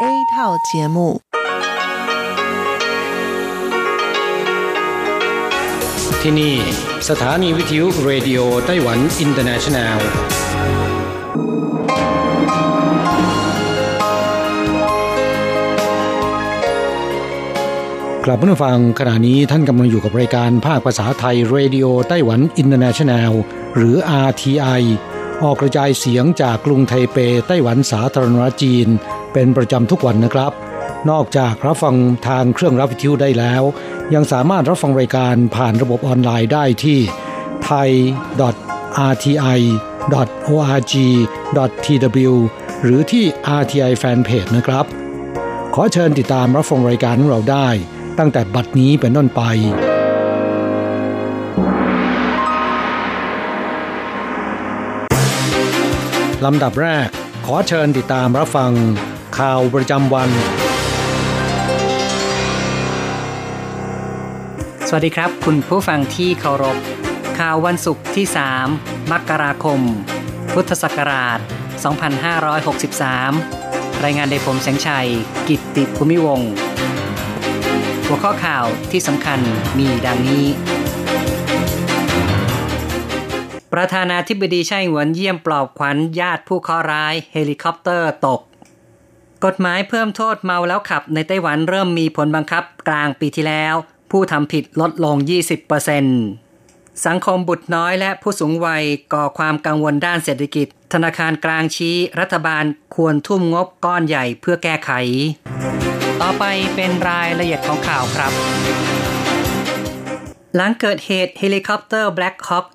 A 套节目。 ที่นี่สถานีวิทยุเรดิโอไต้หวันอินเตอร์เนชั่นแนลกลับมาฟังขณะนี้ท่านกำลังอยู่กับรายการภาคภาษาไทยเรดิโอไต้หวันอินเตอร์เนชั่นแนลหรือ RTI ออกกระจายเสียงจากกรุงไทเปไต้หวันสาธารณรัฐจีนเป็นประจำทุกวันนะครับนอกจากรับฟังทางเครื่องรับวิทยุได้แล้วยังสามารถรับฟังรายการผ่านระบบออนไลน์ได้ที่ thai.rti.org.tw หรือที่ RTI Fanpage นะครับขอเชิญติดตามรับฟังรายการของเราได้ตั้งแต่บัดนี้เป็นต้นไปลำดับแรกขอเชิญติดตามรับฟังข่าวประจำวันสวัสดีครับคุณผู้ฟังที่เคารพข่าววันศุกร์ที่3มกราคมพุทธศักราช2563รายงานโดยผมแสงชัยกิตติภูมิวงศ์หัวข้อข่าวที่สำคัญมีดังนี้ประธานาธิบดีไช่หวนเยี่ยมปลอบขวัญญาติผู้เคราะห์ร้ายเฮลิคอปเตอร์ตกกฎหมายเพิ่มโทษเมาแล้วขับในไต้หวันเริ่มมีผลบังคับกลางปีที่แล้วผู้ทำผิดลดลง 20% สังคมบุตรน้อยและผู้สูงวัยก่อความกังวลด้านเศรษฐกิจธนาคารกลางชี้รัฐบาลควรทุ่มงบก้อนใหญ่เพื่อแก้ไขต่อไปเป็นรายละเอียดของข่าวครับหลังเกิดเหตุเฮลิคอปเตอร์ Black Hawk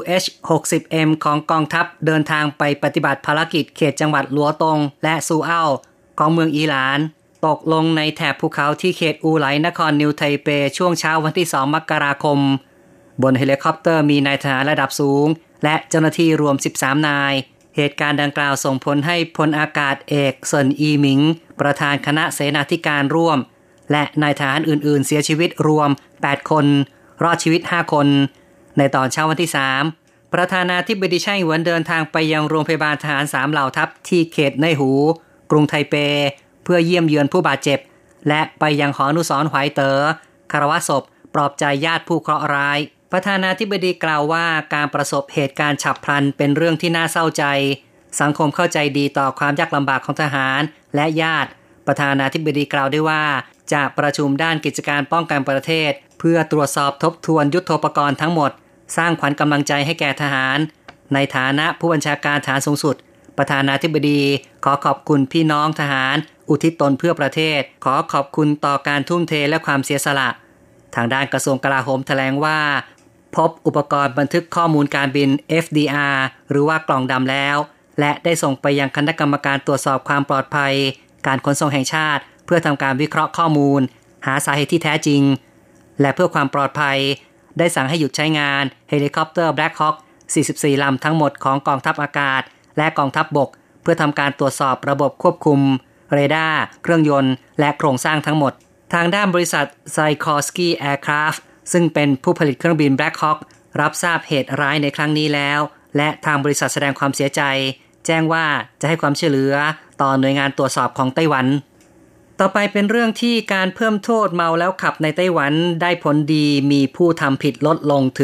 UH-60M ของกองทัพเดินทางไปปฏิบัติภารกิจเขตจังหวัดหลัวตงและซูเอ้าของเมืองอิหร่านตกลงในแถบภูเขาที่เขตอูไหลนครนิวไทเปช่วงเช้าวันที่2มกราคมบนเฮลิคอปเตอร์มีนายทหารระดับสูงและเจ้าหน้าที่รวม13นายเหตุการณ์ดังกล่าวส่งผลให้พลอากาศเอกเซินอีหมิงประธานคณะเสนาธิการร่วมและนายทหารอื่นๆเสียชีวิตรวม8คนรอดชีวิต5คนในตอนเช้าวันที่3ประธานาธิบดีไช่หวนเดินทางไปยังโรงพยาบาลทหาร3เหล่าทัพที่เขตไนหูกรุงไทเปเพื่อเยี่ยมเยือนผู้บาดเจ็บและไปยังหออนุสรณ์ไหเต๋อคารวะศพปลอบใจญาติผู้เคราะห์ร้ายประธานาธิบดีกล่าวว่าการประสบเหตุการณ์ฉับพลันเป็นเรื่องที่น่าเศร้าใจสังคมเข้าใจดีต่อความยากลำบากของทหารและญาติประธานาธิบดีกล่าวด้วยว่าจะประชุมด้านกิจการป้องกันประเทศเพื่อตรวจสอบทบทวนยุทโธปกรณ์ทั้งหมดสร้างขวัญกำลังใจให้แก่ทหารในฐานะผู้บัญชาการฐานสูงสุดประธานาธิบดีขอขอบคุณพี่น้องทหารอุทิศตนเพื่อประเทศขอขอบคุณต่อการทุ่มเทและความเสียสละทางด้านกระทรวงกลาโหมแถลงว่าพบอุปกรณ์บันทึกข้อมูลการบิน FDR หรือว่ากล่องดำแล้วและได้ส่งไปยังคณะกรรมการตรวจสอบความปลอดภัยการขนส่งแห่งชาติเพื่อทำการวิเคราะห์ข้อมูลหาสาเหตุที่แท้จริงและเพื่อความปลอดภัยได้สั่งให้หยุดใช้งานเฮลิคอปเตอร์ Black Hawk 44 ลำทั้งหมดของกองทัพอากาศและกองทัพบกเพื่อทำการตรวจสอบระบบควบคุมเรดาร์เครื่องยนต์และโครงสร้างทั้งหมดทางด้านบริษัท Sikorsky Aircraft ซึ่งเป็นผู้ผลิตเครื่องบิน Black Hawk รับทราบเหตุร้ายในครั้งนี้แล้วและทางบริษัทแสดงความเสียใจแจ้งว่าจะให้ความช่วยเหลือต่อหน่วยงานตรวจสอบของไต้หวันต่อไปเป็นเรื่องที่การเพิ่มโทษเมาแล้วขับในไต้หวันได้ผลดีมีผู้ทำผิดลดลงถึง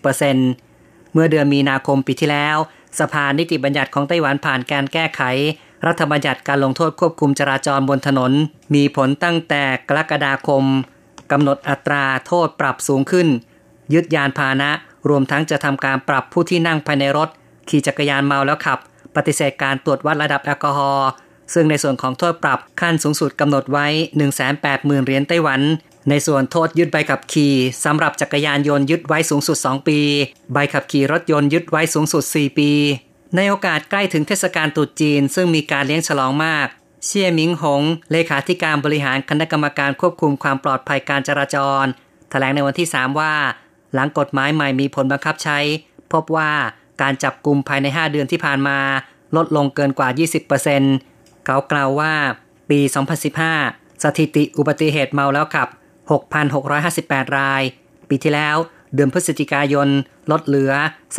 20% เมื่อเดือนมีนาคมปีที่แล้วสภานิติบัญญัติของไต้หวันผ่านการแก้ไขรัฐบัญญัติการลงโทษควบคุมจราจรบนถนนมีผลตั้งแต่กรกฎาคมกำหนดอัตราโทษปรับสูงขึ้นยึดยานพาหนะรวมทั้งจะทำการปรับผู้ที่นั่งภายในรถขี่จักรยานเมาแล้วขับปฏิเสธการตรวจวัดระดับแอลกอฮอล์ซึ่งในส่วนของโทษปรับขั้นสูงสุดกำหนดไว้ 180,000 เหรียญไต้หวันในส่วนโทษยึดใบขับขี่สำหรับจักรยานยนต์ยึดไว้สูงสุด2ปีใบขับขี่รถยนต์ยึดไว้สูงสุด4ปีในโอกาสใกล้ถึงเทศกาลตรุษจีนซึ่งมีการเลี้ยงฉลองมากเชี่ยหมิงหงเลขาธิการบริหารคณะกรรมการควบคุมความปลอดภัยการจราจรแถลงในวันที่3ว่าหลังกฎหมายใหม่มีผลบังคับใช้พบว่าการจับกุมภายใน5เดือนที่ผ่านมาลดลงเกินกว่า 20% เขากล่าวว่าปี 2015 สถิติอุบัติเหตุเมาแล้วขับ 6,658 รายปีที่แล้วเดือนพฤศจิกายนลดเหลือ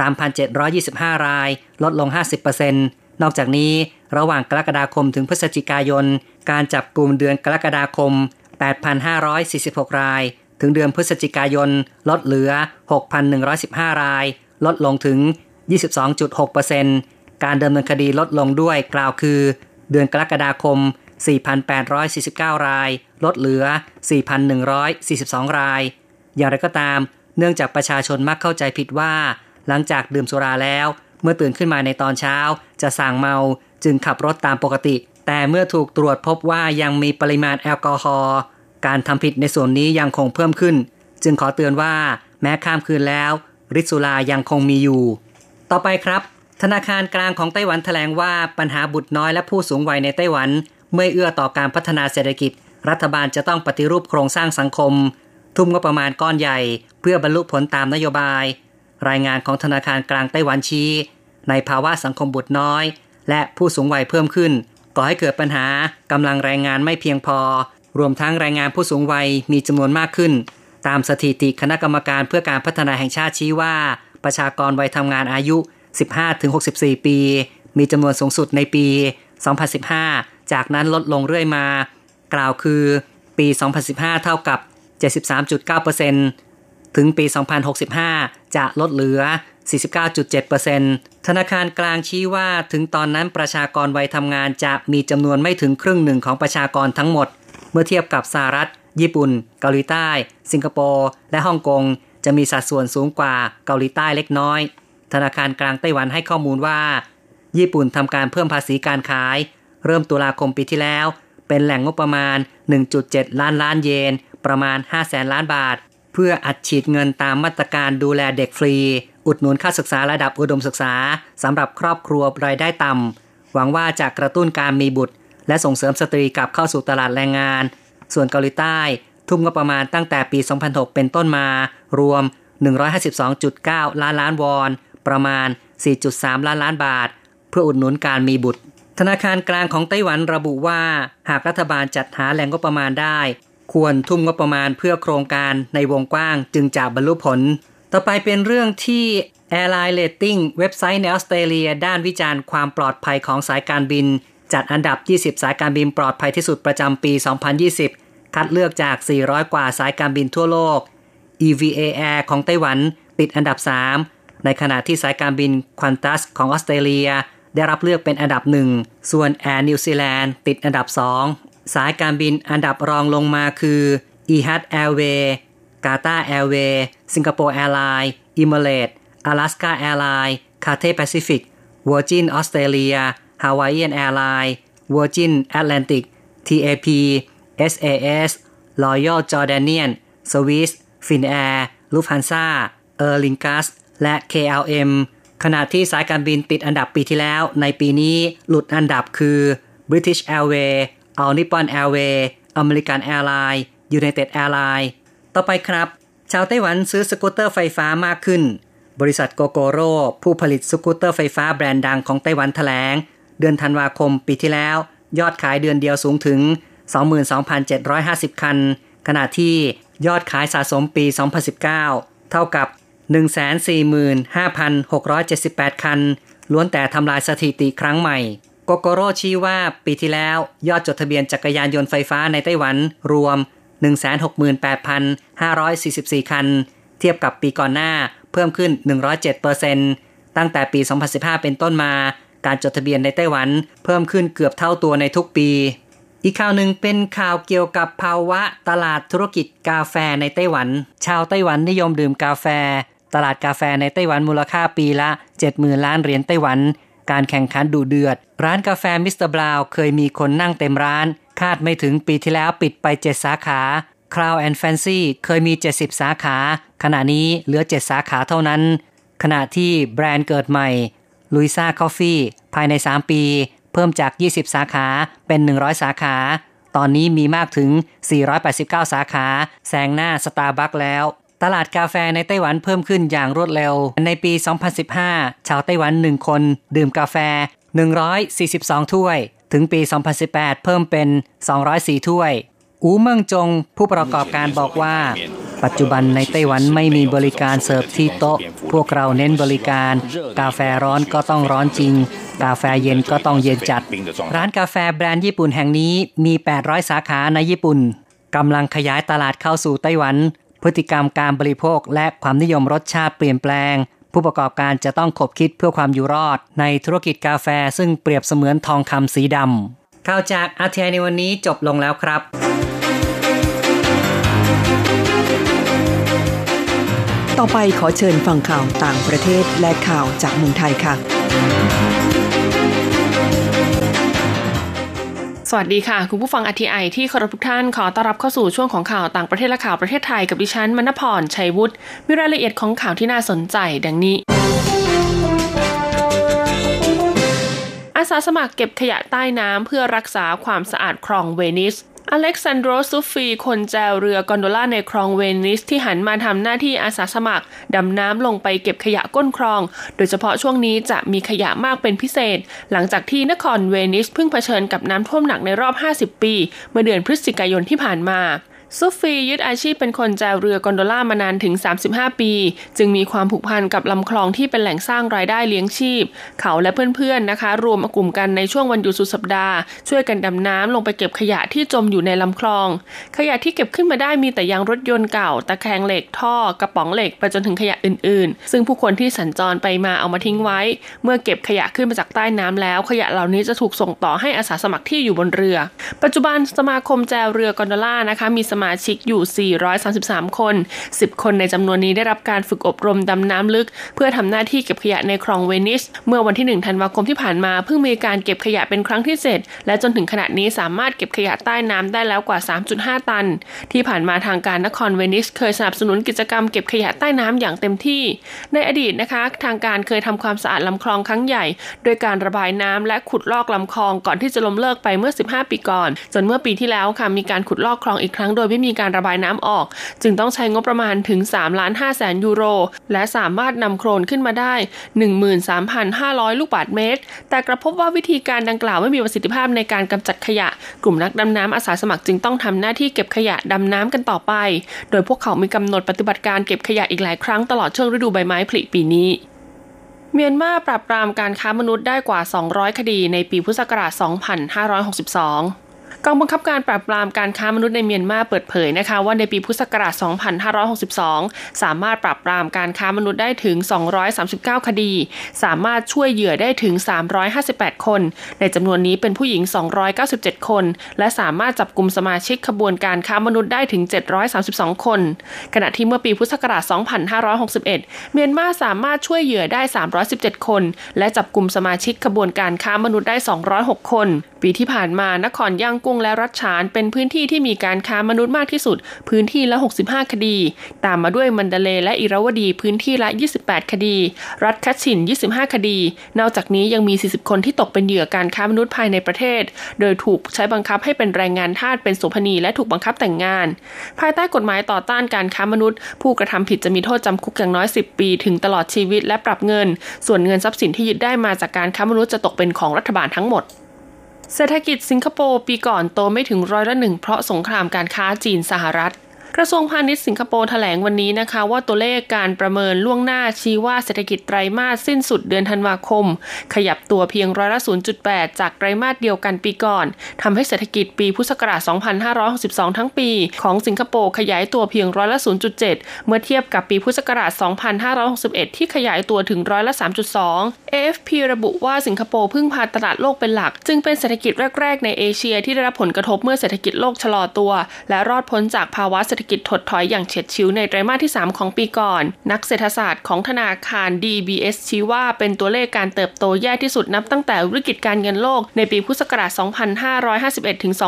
3,725 รายลดลง 50% นอกจากนี้ระหว่างกรกฎาคมถึงพฤศจิกายนการจับกลุ่มเดือนกรกฎาคม 8,546 รายถึงเดือนพฤศจิกายนลดเหลือ 6,115 รายลดลงถึง 22.6% การดำเนินคดีลดลงด้วยกล่าวคือเดือนกรกฎาคม 4,849 รายลดเหลือ 4,142 รายอย่างไรก็ตามเนื่องจากประชาชนมักเข้าใจผิดว่าหลังจากดื่มสุราแล้วเมื่อตื่นขึ้นมาในตอนเช้าจะส่างเมาจึงขับรถตามปกติแต่เมื่อถูกตรวจพบว่ายังมีปริมาณแอลกอฮอล์การทำผิดในส่วนนี้ยังคงเพิ่มขึ้นจึงขอเตือนว่าแม้ข้ามคืนแล้วฤทธิ์สุรายังคงมีอยู่ต่อไปครับธนาคารกลางของไต้หวันแถลงว่าปัญหาบุตรน้อยและผู้สูงวัยในไต้หวันไม่เอื้อต่อการพัฒนาเศรษฐกิจรัฐบาลจะต้องปฏิรูปโครงสร้างสังคมทุ่มงบประมาณก้อนใหญ่เพื่อบรรลุผลตามนโยบายรายงานของธนาคารกลางไต้หวันชี้ในภาวะสังคมบุตรน้อยและผู้สูงวัยเพิ่มขึ้นก่อให้เกิดปัญหากำลังแรงงานไม่เพียงพอรวมทั้งแรงงานผู้สูงวัยมีจำนวนมากขึ้นตามสถิติคณะกรรมการเพื่อการพัฒนาแห่งชาติชี้ว่าประชากรวัยทำงานอายุ 15-64 ปีมีจำนวนสูงสุดในปี 2015 จากนั้นลดลงเรื่อยมากล่าวคือปี 2015 เท่ากับ 73.9% ถึงปี 2065 จะลดเหลือ 49.7% ธนาคารกลางชี้ว่าถึงตอนนั้นประชากรวัยทำงานจะมีจำนวนไม่ถึงครึ่งหนึ่งของประชากรทั้งหมดเมื่อเทียบกับสหรัฐญี่ปุ่นเกาหลีใต้สิงคโปร์และฮ่องกงจะมีสัดส่วนสูงกว่าเกาหลีใต้เล็กน้อยธนาคารกลางไต้หวันให้ข้อมูลว่าญี่ปุ่นทำการเพิ่มภาษีการขายเริ่มตุลาคมปีที่แล้วเป็นแหล่งงบประมาณ 1.7 ล้านเยนประมาณ 500,000 ล้านบาทเพื่ออัดฉีดเงินตามมาตรการดูแลเด็กฟรีอุดหนุนค่าศึกษาระดับอุดมศึกษาสำหรับครอบครัวรายได้ต่ำหวังว่าจะกระตุ้นการมีบุตรและส่งเสริมสตรีกลับเข้าสู่ตลาดแรงงานส่วนเกาหลีใต้ทุ่มงบประมาณตั้งแต่ปี 2006 เป็นต้นมารวม 152.9 ล้านวอนประมาณ 4.3 ล้านบาทเพื่ออุดหนุนการมีบุตรธนาคารกลางของไต้หวันระบุว่าหากรัฐบาลจัดหาแหล่งงบประมาณได้ควรทุ่มงบประมาณเพื่อโครงการในวงกว้างจึงจะบรรลุผลต่อไปเป็นเรื่องที่ Airline Rating เว็บไซต์ในออสเตรเลียด้านวิจารณ์ความปลอดภัยของสายการบินจัดอันดับ 20 สายการบินปลอดภัยที่สุดประจำปี 2020 คัดเลือกจาก 400 กว่าสายการบินทั่วโลก EVA Air ของไต้หวันติดอันดับ 3 ในขณะที่สายการบิน Qantas ของออสเตรเลียได้รับเลือกเป็นอันดับ 1 ส่วน Air New Zealand ติดอันดับ 2 สายการบินอันดับรองลงมาคือ Etihad Airways Qatar Airways Singapore Airlines Emirates Alaska Airlines Cathay Pacific Virgin Australia Hawaiian Airlines Virgin Atlantic TAP SAS Royal Jordanian Swiss Finnair Lufthansa Aer Lingus และ KLM ขณะที่สายการบินติดอันดับปีที่แล้วในปีนี้หลุดอันดับคือ British Airways All Nippon Airways American Airlines United Airlines ต่อไปครับชาวไต้หวันซื้อสกูตเตอร์ไฟฟ้ามากขึ้นบริษัทโกโกโร่ผู้ผลิตสกูตเตอร์ไฟฟ้าแบรนด์ดังของไต้หวันแถลงเดือนธันวาคมปีที่แล้วยอดขายเดือนเดียวสูงถึง 22,750 คันขณะที่ยอดขายสะสมปี 2019 เท่ากับ 145,678 คันล้วนแต่ทำลายสถิติครั้งใหม่โกโกโร่ชี้ว่าปีที่แล้วยอดจดทะเบียนจักรยานยนต์ไฟฟ้าในไต้หวันรวม 168,544 คันเทียบกับปีก่อนหน้าเพิ่มขึ้น 107% ตั้งแต่ปี 2015 เป็นต้นมาการจดทะเบียนในไต้หวันเพิ่มขึ้นเกือบเท่าตัวในทุกปีอีกข่าวหนึ่งเป็นข่าวเกี่ยวกับภาวะตลาดธุรกิจกาแฟในไต้หวันชาวไต้หวันนิยมดื่มกาแฟตลาดกาแฟในไต้หวันมูลค่าปีละ 70,000 ล้านเหรียญไต้หวันการแข่งขันดุเดือดร้านกาแฟมิสเตอร์บราวน์เคยมีคนนั่งเต็มร้านคาดไม่ถึงปีที่แล้วปิดไป7สาขา Crown and Fancy เคยมี70สาขาขณะนี้เหลือ7สาขาเท่านั้นขณะที่แบรนด์เกิดใหม่ Louisa Coffee ภายใน3ปีเพิ่มจาก20สาขาเป็น100สาขาตอนนี้มีมากถึง489สาขาแซงหน้า Starbucks แล้วตลาดกาแฟในไต้หวันเพิ่มขึ้นอย่างรวดเร็วในปี 2015 ชาวไต้หวัน1คนดื่มกาแฟ142ถ้วยถึงปี 2018 เพิ่มเป็น204ถ้วยอูเมิงจงผู้ประกอบการบอกว่าปัจจุบันในไต้หวันไม่มีบริการเสิร์ฟที่โต๊ะพวกเราเน้นบริการกาแฟร้อนก็ต้องร้อนจริงกาแฟเย็นก็ต้องเย็นจัดร้านกาแฟแบรนด์ญี่ปุ่นแห่งนี้มี800สาขาในญี่ปุ่นกำลังขยายตลาดเข้าสู่ไต้หวันพฤติกรรมการบริโภคและความนิยมรสชาติเปลี่ยนแปลงผู้ประกอบการจะต้องคบคิดเพื่อความอยู่รอดในธุรกิจกาแฟซึ่งเปรียบเสมือนทองคำสีดำข่าวจาก RTI ในวันนี้จบลงแล้วครับต่อไปขอเชิญฟังข่าวต่างประเทศและข่าวจากเมืองไทยค่ะสวัสดีค่ะคุณผู้ฟัง RTI ที่เคารพทุกท่านขอต้อนรับเข้าสู่ช่วงของข่าวต่างประเทศและข่าวประเทศไทยกับดิฉันมณพรชัยวุฒิมีรายละเอียดของข่าวที่น่าสนใจดังนี้อาสาสมัครเก็บขยะใต้น้ำเพื่อรักษาความสะอาดคลองเวนิสอเล็กซานโดรซูฟีคนแจวเรือกอนโดล่าในคลองเวนิสที่หันมาทำหน้าที่อาสาสมัครดำน้ำลงไปเก็บขยะก้นคลองโดยเฉพาะช่วงนี้จะมีขยะมากเป็นพิเศษหลังจากที่นครเวนิสเพิ่งเผชิญกับน้ำท่วมหนักในรอบ50ปีเมื่อเดือนพฤศจิกายนที่ผ่านมาซูฟียึดอาชีพเป็นคนแจวเรือกอนโดล่ามานานถึง35ปีจึงมีความผูกพันกับลำคลองที่เป็นแหล่งสร้างรายได้เลี้ยงชีพเขาและเพื่อนๆนะคะรวมกลุ่มกันในช่วงวันหยุดสุดสัปดาห์ช่วยกันดำน้ำลงไปเก็บขยะที่จมอยู่ในลำคลองขยะที่เก็บขึ้นมาได้มีแต่ยางรถยนต์เก่าตะแคงเหล็กท่อกระป๋องเหล็กไปจนถึงขยะอื่นๆซึ่งผู้คนที่สัญจรไปมาเอามาทิ้งไว้เมื่อเก็บขยะขึ้นมาจากใต้น้ำแล้วขยะเหล่านี้จะถูกส่งต่อให้อาสาสมัครที่อยู่บนเรือปัจจุบันสมาคมแจวเรือกอนโดล่านะคะมีสมาชิกอยู่433คน10คนในจำนวนนี้ได้รับการฝึกอบรมดำน้ำลึกเพื่อทำหน้าที่เก็บขยะในคลองเวนิสเมื่อวันที่1ธันวาคมที่ผ่านมาเพิ่งมีการเก็บขยะเป็นครั้งที่7และจนถึงขณะนี้สามารถเก็บขยะใต้น้ำได้แล้วกว่า 3.5 ตันที่ผ่านมาทางการนครเวนิสเคยสนับสนุนกิจกรรมเก็บขยะใต้น้ำอย่างเต็มที่ในอดีตนะคะทางการเคยทำความสะอาดลำคลองครั้งใหญ่โดยการระบายน้ำและขุดลอกลำคลองก่อนที่จะล้มเลิกไปเมื่อ15ปีก่อนจนเมื่อปีที่แล้วค่ะมีการขุดลอกคลองอีกครั้งโดยไม่มีการระบายน้ำออกจึงต้องใช้งบประมาณถึง 3,500,000 ยูโรและสามารถนำโคลนขึ้นมาได้ 13,500 ลูกบาศก์เมตรแต่กระพบว่าวิธีการดังกล่าวไม่มีประสิทธิภาพในการกำจัดขยะกลุ่มนักดำน้ำอาสาสมัครจึงต้องทำหน้าที่เก็บขยะดำน้ำกันต่อไปโดยพวกเขามีกำหนดปฏิบัติการเก็บขยะอีกหลายครั้งตลอดช่วงฤดูใบไม้ผลิปีนี้เมียนมาปราบปรามการค้ามนุษย์ได้กว่า200คดีในปีพุทธศักราช 2562กองบังคับการปราบปรามการค้ามนุษย์ในเมียนมาเปิดเผยนะคะว่าในปีพุทธศักราช 2562 สามารถปราบปรามการค้ามนุษย์ได้ถึง239คดีสามารถช่วยเหยื่อได้ถึง358คนในจำนวนนี้เป็นผู้หญิง297คนและสามารถจับกุมสมาชิกขบวนการค้ามนุษย์ได้ถึง732คนขณะที่เมื่อปีพุทธศักราช 2561 เมียนมาสามารถช่วยเหยื่อได้317คนและจับกุมสมาชิกขบวนการค้ามนุษย์ได้206คนปีที่ผ่านมานครย่างกุ้งและรัชฉานเป็นพื้นที่ที่มีการค้ามนุษย์มากที่สุดพื้นที่ละ65คดีตามมาด้วยมันดาเลย์และอิราวดีพื้นที่ละ28คดีรัฐคัตชิน25คดีนอกจากนี้ยังมี40คนที่ตกเป็นเหยื่อการค้ามนุษย์ภายในประเทศโดยถูกใช้บังคับให้เป็นแรงงานทาสเป็นโสเภณีและถูกบังคับแต่งงานภายใต้กฎหมายต่อต้านการค้ามนุษย์ผู้กระทำผิดจะมีโทษจำคุกอย่างน้อย10ปีถึงตลอดชีวิตและปรับเงินส่วนเงินทรัพย์สินที่ยึดได้มาจากการค้ามนุษย์จะตกเป็นของรัฐบาลทั้งหมดเศรษฐกิจสิงคโปร์ปีก่อนโตไม่ถึง1%เพราะสงครามการค้าจีนสหรัฐกระทรวงพาณิชย์สิงคโปร์แถลงวันนี้นะคะว่าตัวเลขการประเมินล่วงหน้าชี้ว่าเศรษฐกิจไตรมาสสิ้นสุดเดือนธันวาคมขยับตัวเพียง0.8%จากไตรมาสเดียวกันปีก่อนทำให้เศรษฐกิจปีพุทธศักราช 2562 ทั้งปีของสิงคโปร์ขยายตัวเพียง0.7%เมื่อเทียบกับปีพุทธศักราช 2561 ที่ขยายตัวถึง3.2% AFP ระบุว่าสิงคโปร์พึ่งพาตลาดโลกเป็นหลักจึงเป็นเศรษฐกิจแรกๆในเอเชียที่ได้รับผลกระทบเมื่อเศรษฐกิจโลกชะลอตัวและรอดพ้นจากภาวะเศรษฐกิจถดถอยอย่างเฉียดฉิวในไตรมาสที่3ของปีก่อนนักเศรษฐศาสตร์ของธนาคาร DBS ชี้ว่าเป็นตัวเลขการเติบโตแย่ที่สุดนับตั้งแต่วิกฤตการเงินโลกในปีพุทธศักราช 2551 ถึง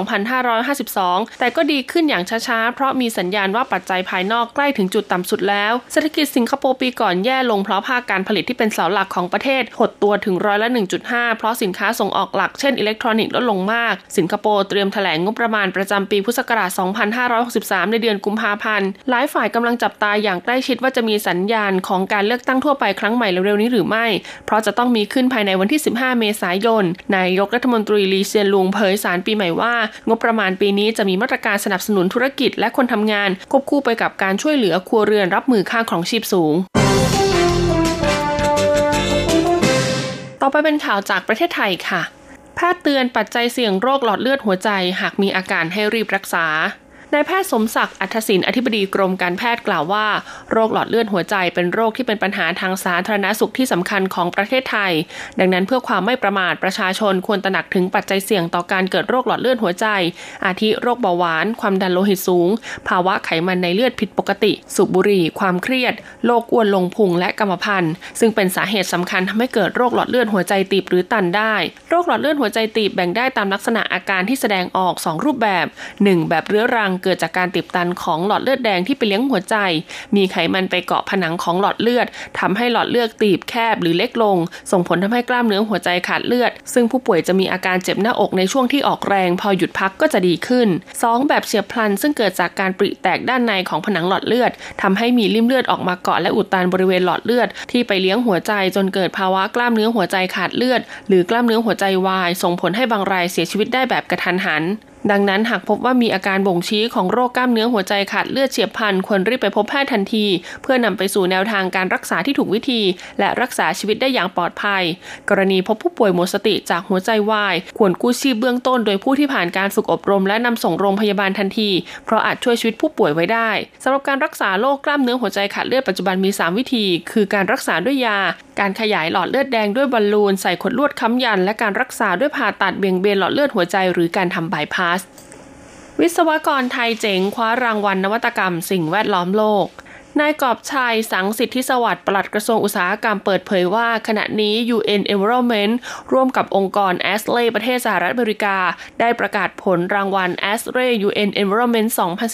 2552 แต่ก็ดีขึ้นอย่างช้าๆเพราะมีสัญญาณว่าปัจจัยภายนอกใกล้ถึงจุดต่ำสุดแล้วเศรษฐกิจสิงคโปร์ปีก่อนแย่ลงเพราะภาคการผลิตที่เป็นเสาหลักของประเทศหดตัวถึง1.5% เพราะสินค้าส่งออกหลักเช่นอิเล็กทรอนิกส์ลดลงมากสิงคโปร์เตรียมแถลงงบประมาณประจำปีพุทธศักราช 2563 ในเดือนกุมภาพันธ์หลายฝ่ายกำลังจับตาอย่างใกล้ชิดว่าจะมีสัญญาณของการเลือกตั้งทั่วไปครั้งใหม่เร็วๆนี้หรือไม่เพราะจะต้องมีขึ้นภายในวันที่15เมษายนนายกรัฐมนตรีลีเซียนลุงเผยสารปีใหม่ว่างบประมาณปีนี้จะมีมาตรการสนับสนุนธุรกิจและคนทำงานควบคู่ไปกับการช่วยเหลือครัวเรือนรับมือค่าครองชีพสูงต่อไปเป็นข่าวจากประเทศไทยค่ะแพทย์เตือนปัจจัยเสี่ยงโรคหลอดเลือดหัวใจหากมีอาการให้รีบรักษานายแพทย์สมศักดิ์อัธศินอธิบดีกรมการแพทย์กล่าวว่าโรคหลอดเลือดหัวใจเป็นโรคที่เป็นปัญหาทางสาธารณสุขที่สำคัญของประเทศไทยดังนั้นเพื่อความไม่ประมาทประชาชนควรตระหนักถึงปัจจัยเสี่ยงต่อการเกิดโรคหลอดเลือดหัวใจอาทิโรคเบาหวานความดันโลหิตสูงภาวะไขมันในเลือดผิดปกติสูบบุหรี่ความเครียดโรคอ้วนลงพุงและกรรมพันธุ์ซึ่งเป็นสาเหตุสำคัญทำให้เกิดโรคหลอดเลือดหัวใจตีบหรือตันได้โรคหลอดเลือดหัวใจตีบแบ่งได้ตามลักษณะอาการที่แสดงออก2รูปแบบ 1. แบบเรื้อรังเกิดจากการตีบตันของหลอดเลือดแดงที่ไปเลี้ยงหัวใจมีไขมันไปเกาะผนังของหลอดเลือดทำให้หลอดเลือดตีบแคบหรือเล็กลงส่งผลทำให้กล้ามเนื้อหัวใจขาดเลือดซึ่งผู้ป่วยจะมีอาการเจ็บหน้าอกในช่วงที่ออกแรงพอหยุดพักก็จะดีขึ้น 2. แบบเฉียบพลันซึ่งเกิดจากการปริแตกด้านในของผนังหลอดเลือดทำให้มีริ่มเลือดออกมาเกาะและอุดตันบริเวณหลอดเลือดที่ไปเลี้ยงหัวใจจนเกิดภาวะกล้ามเนื้อหัวใจขาดเลือดหรือกล้ามเนื้อหัวใจวายส่งผลให้บางรายเสียชีวิตได้แบบกระทันหันดังนั้นหากพบว่ามีอาการบ่งชี้ของโรคกล้ามเนื้อหัวใจขาดเลือดเฉียบพลันควรรีบไปพบแพทย์ทันทีเพื่อนำไปสู่แนวทางการรักษาที่ถูกวิธีและรักษาชีวิตได้อย่างปลอดภัยกรณีพบผู้ป่วยหมดสติจากหัวใจวายควรกู้ชีพเบื้องต้นโดยผู้ที่ผ่านการฝึกอบรมและนำส่งโรงพยาบาลทันทีเพราะอาจช่วยชีวิตผู้ป่วยไว้ได้สำหรับการรักษาโรคกล้ามเนื้อหัวใจขาดเลือดปัจจุบันมี3วิธีคือการรักษาด้วยยาการขยายหลอดเลือดแดงด้วยบอลลูนใส่ขดลวดค้ำยันและการรักษาด้วยผ่าตัดเบี่ยงเบนหลอดเลือดหัวใจหรือการทำบายพาสวิศวกรไทยเจ๋งคว้ารางวัลนวัตกรรมสิ่งแวดล้อมโลกนายกอบชัยสังสิทธิสวัสดิ์ปลัดกระทรวงอุตสาหกรรมเปิดเผยว่าขณะนี้ UN Environment ร่วมกับองค์กร ASLE ประเทศสหรัฐอเมริกาได้ประกาศผลรางวัล ASLE UN Environment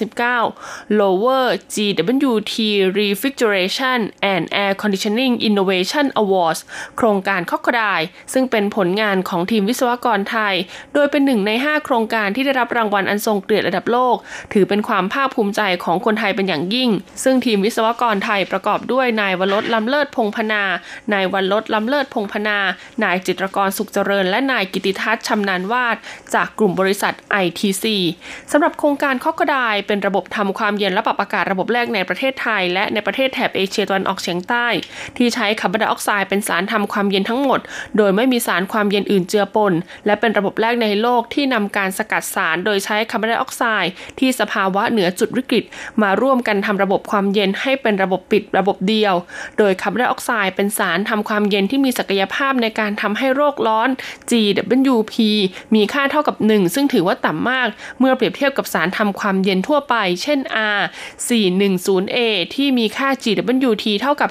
2019 Lower GWT Refrigeration and Air Conditioning Innovation Awards โครงการคอกไดซึ่งเป็นผลงานของทีมวิศวกรไทยโดยเป็น1ใน5โครงการที่ได้รับรางวัลอันทรงเกียรติระดับโลกถือเป็นความภาคภูมิใจของคนไทยเป็นอย่างยิ่งซึ่งทีมวิศวกรไทยประกอบด้วยนายวรสล้ำเลิศพงษ์พนานายวันลดล้ำเลิศพงษ์พนานายจิตรกรสุขเจริญและนายกิติทัศน์ชำนาญวาดจากกลุ่มบริษัท ITC สำหรับโครงการคอกไดเป็นระบบทำความเย็นและปรับอากาศระบบแรกในประเทศไทยและในประเทศแถบเอเชียตะวันออกเฉียงใต้ที่ใช้คาร์บอนไดออกไซด์เป็นสารทำความเย็นทั้งหมดโดยไม่มีสารความเย็นอื่นเจือปนและเป็นระบบแรกในโลกที่นำการสกัดสารโดยใช้คาร์บอนไดออกไซด์ที่สภาวะเหนือจุดวิกฤตมาร่วมกันทำระบบความเย็นให้เป็นระบบปิดระบบเดียวโดยคาร์บอนไดออกไซด์เป็นสารทำความเย็นที่มีศักยภาพในการทำให้โรคร้อน GWP มีค่าเท่ากับ1ซึ่งถือว่าต่ำมากเมื่อเปรียบเทียบกับสารทำความเย็นทั่วไปเช่น R410A ที่มีค่า GWT เท่ากับ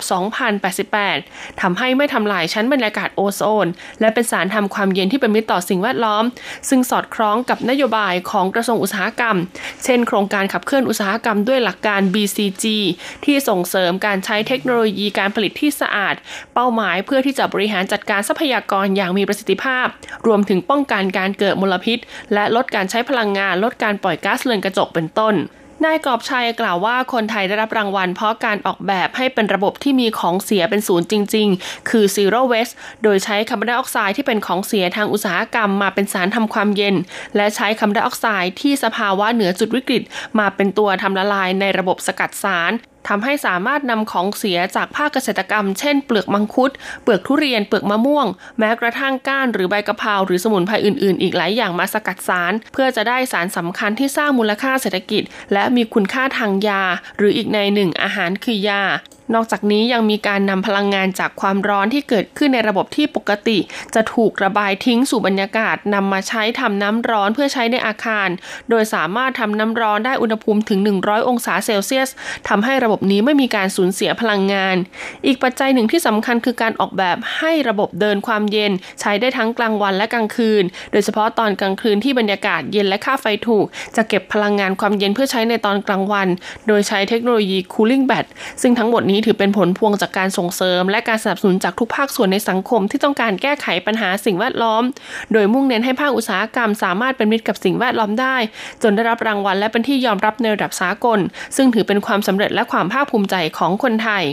2,088 ทำให้ไม่ทำลายชั้นบรรยากาศโอโซนและเป็นสารทำความเย็นที่เป็นมิตรต่อสิ่งแวดล้อมซึ่งสอดคล้องกับนโยบายของกระทรวงอุตสาหกรรมเช่นโครงการขับเคลื่อนอุตสาหกรรมด้วยหลักการ BCG ที่ส่งเสริมการใช้เทคโนโลยีการผลิตที่สะอาดเป้าหมายเพื่อที่จะบริหารจัดการทรัพยากรอย่างมีประสิทธิภาพรวมถึงป้องกันการเกิดมลพิษและลดการใช้พลังงานลดการปล่อยก๊าซเรือนกระจกเป็นต้นนายกอบชัยกล่าวว่าคนไทยได้รับรางวัลเพราะการออกแบบให้เป็นระบบที่มีของเสียเป็นศูนย์จริงๆคือ Zero Waste โดยใช้คาร์บอนไดออกไซด์ที่เป็นของเสียทางอุตสาหกรรมมาเป็นสารทำความเย็นและใช้คาร์บอนไดออกไซด์ที่สภาวะเหนือจุดวิกฤตมาเป็นตัวทำละลายในระบบสกัดสารทำให้สามารถนำของเสียจากภาคเกษตรกรรมเช่นเปลือกมังคุดเปลือกทุเรียนเปลือกมะม่วงแม้กระทั่งก้านหรือใบกะเพราหรือสมุนไพรอื่นๆอีกหลายอย่างมาสกัดสารเพื่อจะได้สารสำคัญที่สร้างมูลค่าเศรษฐกิจและมีคุณค่าทางยาหรืออีกในหนึ่งอาหารคือยานอกจากนี้ยังมีการนำพลังงานจากความร้อนที่เกิดขึ้นในระบบที่ปกติจะถูกระบายทิ้งสู่บรรยากาศนำมาใช้ทำน้ำร้อนเพื่อใช้ในอาคารโดยสามารถทำน้ำร้อนได้อุณหภูมิถึง100องศาเซลเซียสทำให้ระบบนี้ไม่มีการสูญเสียพลังงานอีกปัจจัยหนึ่งที่สำคัญคือการออกแบบให้ระบบเดินความเย็นใช้ได้ทั้งกลางวันและกลางคืนโดยเฉพาะตอนกลางคืนที่บรรยากาศเย็นและค่าไฟถูกจะเก็บพลังงานความเย็นเพื่อใช้ในตอนกลางวันโดยใช้เทคโนโลยี Cooling Bat ซึ่งทั้งหมดนี้ถือเป็นผลพวงจากการส่งเสริมและการสนับสนุนจากทุกภาคส่วนในสังคมที่ต้องการแก้ไขปัญหาสิ่งแวดล้อมโดยมุ่งเน้นให้ภาคอุตสาหกรรมสามารถเป็นมิตรกับสิ่งแวดล้อมได้จนได้รับรางวัลและเป็นที่ยอมรับในระดับสากลซึ่งถือเป็นความสำเร็จและความภาคภูมิใจของคนไทย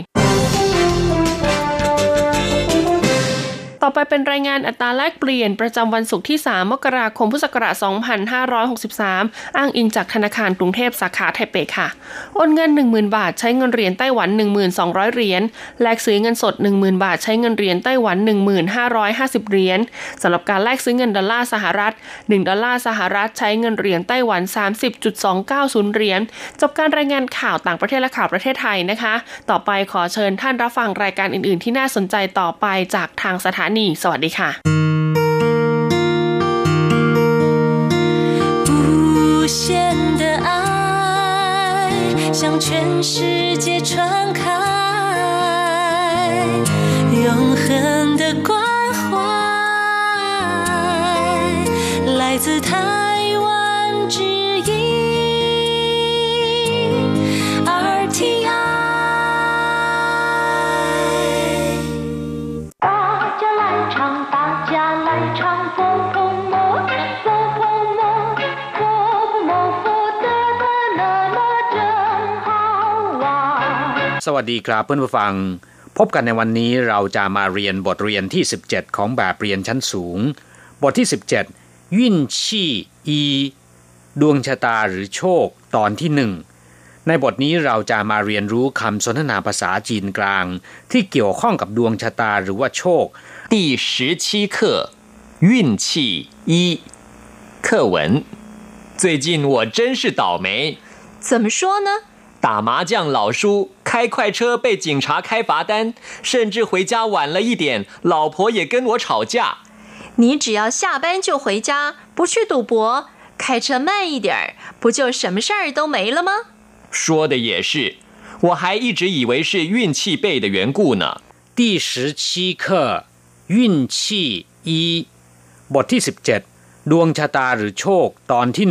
ต่อไปเป็นรายงานอัตราแลกเปลี่ยนประจำวันศุกร์ที่3มกราคมพุทธศักราช2563อ้างอิงจากธนาคารกรุงเทพสาขาไทเปค่ะโอนเงิน 10,000 บาทใช้เงินเหรียญไต้หวัน 1,200 เหรียญแลกซื้อเงินสด 10,000 บาทใช้เงินเหรียญไต้หวัน 1,550 เหรียญสำหรับการแลกซื้อเงินดอลลาร์สหรัฐ1ดอลลาร์สหรัฐใช้เงินเหรียญไต้หวัน 30.290 เหรียญจบการรายงานข่าวต่างประเทศและข่าวประเทศไทยนะคะต่อไปขอเชิญท่านรับฟังรายการอื่นๆที่น่าสนใจต่อไปจากทางสถานีสวัสดีค่ะ无限的爱向全世界传开永恒的关怀来自台湾之音 RTI สวัสดีครับเพื่อนผู้ฟังพบกันในวันนี้เราจะมาเรียนบทเรียนที่17ของแบบเรียนชั้นสูงบทที่17ยิ่นชี่อีดวงชะตาหรือโชคตอนที่1ในบทนี้เราจะมาเรียนรู้คำสนทนาภาษาจีนกลางที่เกี่ยวข้องกับดวงชะตาหรือว่าโชค第17课运气一课文最近我真是倒霉怎么说呢打麻将老输开快车被警察开罚单甚至回家晚了一点老婆也跟我吵架你只要下班就回家不去赌博开车慢一点不就什么事儿都没了吗说的也是我还一直以为是运气背的缘故呢第17课运气一บทที่17ดวงชะตาหรือโชคตอนที่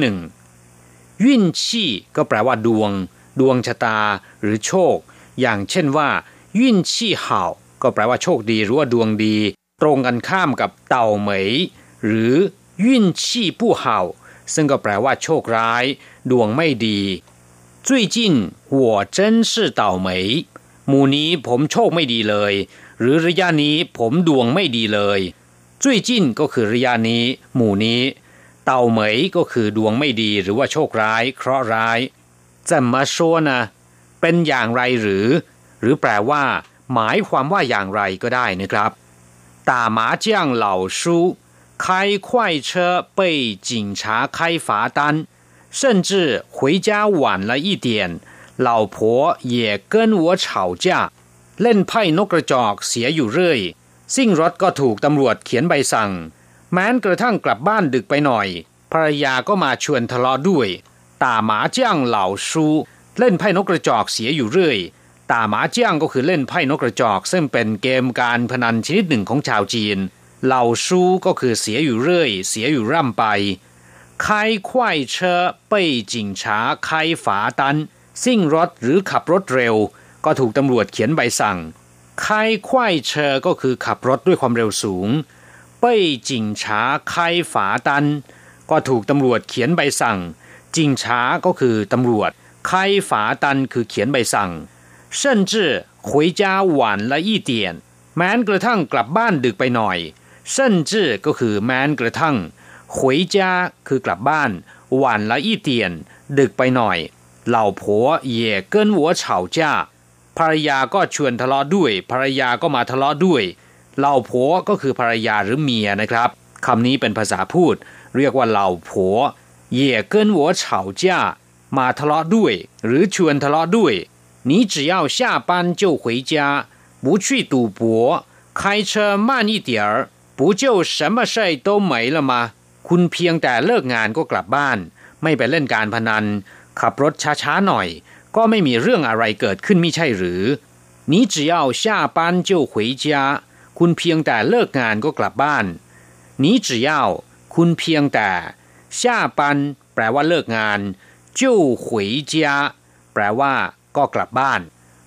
1ยิ่นชี่ก็แปลว่าดวงชะตาหรือโชคอย่างเช่นว่ายิ่นชี่เห่าก็แปลว่าโชคดีหรือว่าดวงดีตรงกันข้ามกับเต่าเหมยหรือยิ่นชี่ผู้เห่าซึ่งก็แปลว่าโชคร้ายดวงไม่ดี最近我真是倒霉หมู่นี้ผมโชคไม่ดีเลยหรือระยะนี้ผมดวงไม่ดีเลย最近ก็คือระยะนี้หมู่นี้เต่าเหมยก็คือดวงไม่ดีหรือว่าโชคร้ายเคราะห์ร้าย怎么说呢เป็นอย่างไรหรือแปลว่าหมายความว่าอย่างไรก็ได้นะครับ打麻将老输开快车被警察开罚单甚至回家晚了一点老婆也跟我吵架เล่นไพ่นกกระจอกเสียอยู่เรื่อยซิ่งรถก็ถูกตำรวจเขียนใบสั่งแม้กระทั่งกลับบ้านดึกไปหน่อยภรรยาก็มาชวนทะเลาะด้วย打麻将老输เล่นไพ่นกกระจอกเสียอยู่เรื่อย打麻将ก็คือเล่นไพ่นกกระจอกซึ่งเป็นเกมการพนันชนิดหนึ่งของชาวจีนเหล่าชูก็คือเสียอยู่เรื่อยเสียอยู่ร่ำไป开快车被警察开罚单ซิ่งรถหรือขับรถเร็วก็ถูกตำรวจเขียนใบสั่ง开快车ก็คือขับรถด้วยความเร็วสูง被警察开罚单ก็ถูกตำรวจเขียนใบสั่งจิงช้าก็คือตำรวจ开罚单คือเขียนใบสั่ง甚至回家晚了一点แม้กระทั่งกลับบ้านดึกไปหน่อย甚至ก็คือแม้กระทั่ง回家คือกลับบ้าน晚了一点ดึกไปหน่อย老婆也跟我吵架ภรรยาก็ชวนทะเลาะด้วยภรรยาก็มาทะเลาะด้วยเหล่าผัวก็คือภรรยาหรือเมียนะครับคำนี้เป็นภาษาพูดเรียกว่าเหล่าผัว也跟我吵架มาทะเลาะด้วยหรือชวนทะเลาะด้วย你只要下班就回家不去赌博开车慢一点不就什么事都没了吗คุณเพียงแต่เลิกงานก็กลับบ้านไม่ไปเล่นการพนันขับรถช้าๆหน่อยก็ไม่มีเรื่องอะไรเกิดขึ้นไม่ใช่หรือ你只要下班就回家คุณเพียงแต่เลิกงานก็กลับบ้าน你只要คุณเพียงแต่下班แปลว่าเลิกงาน就回家แปลว่าก็กลับบ้าน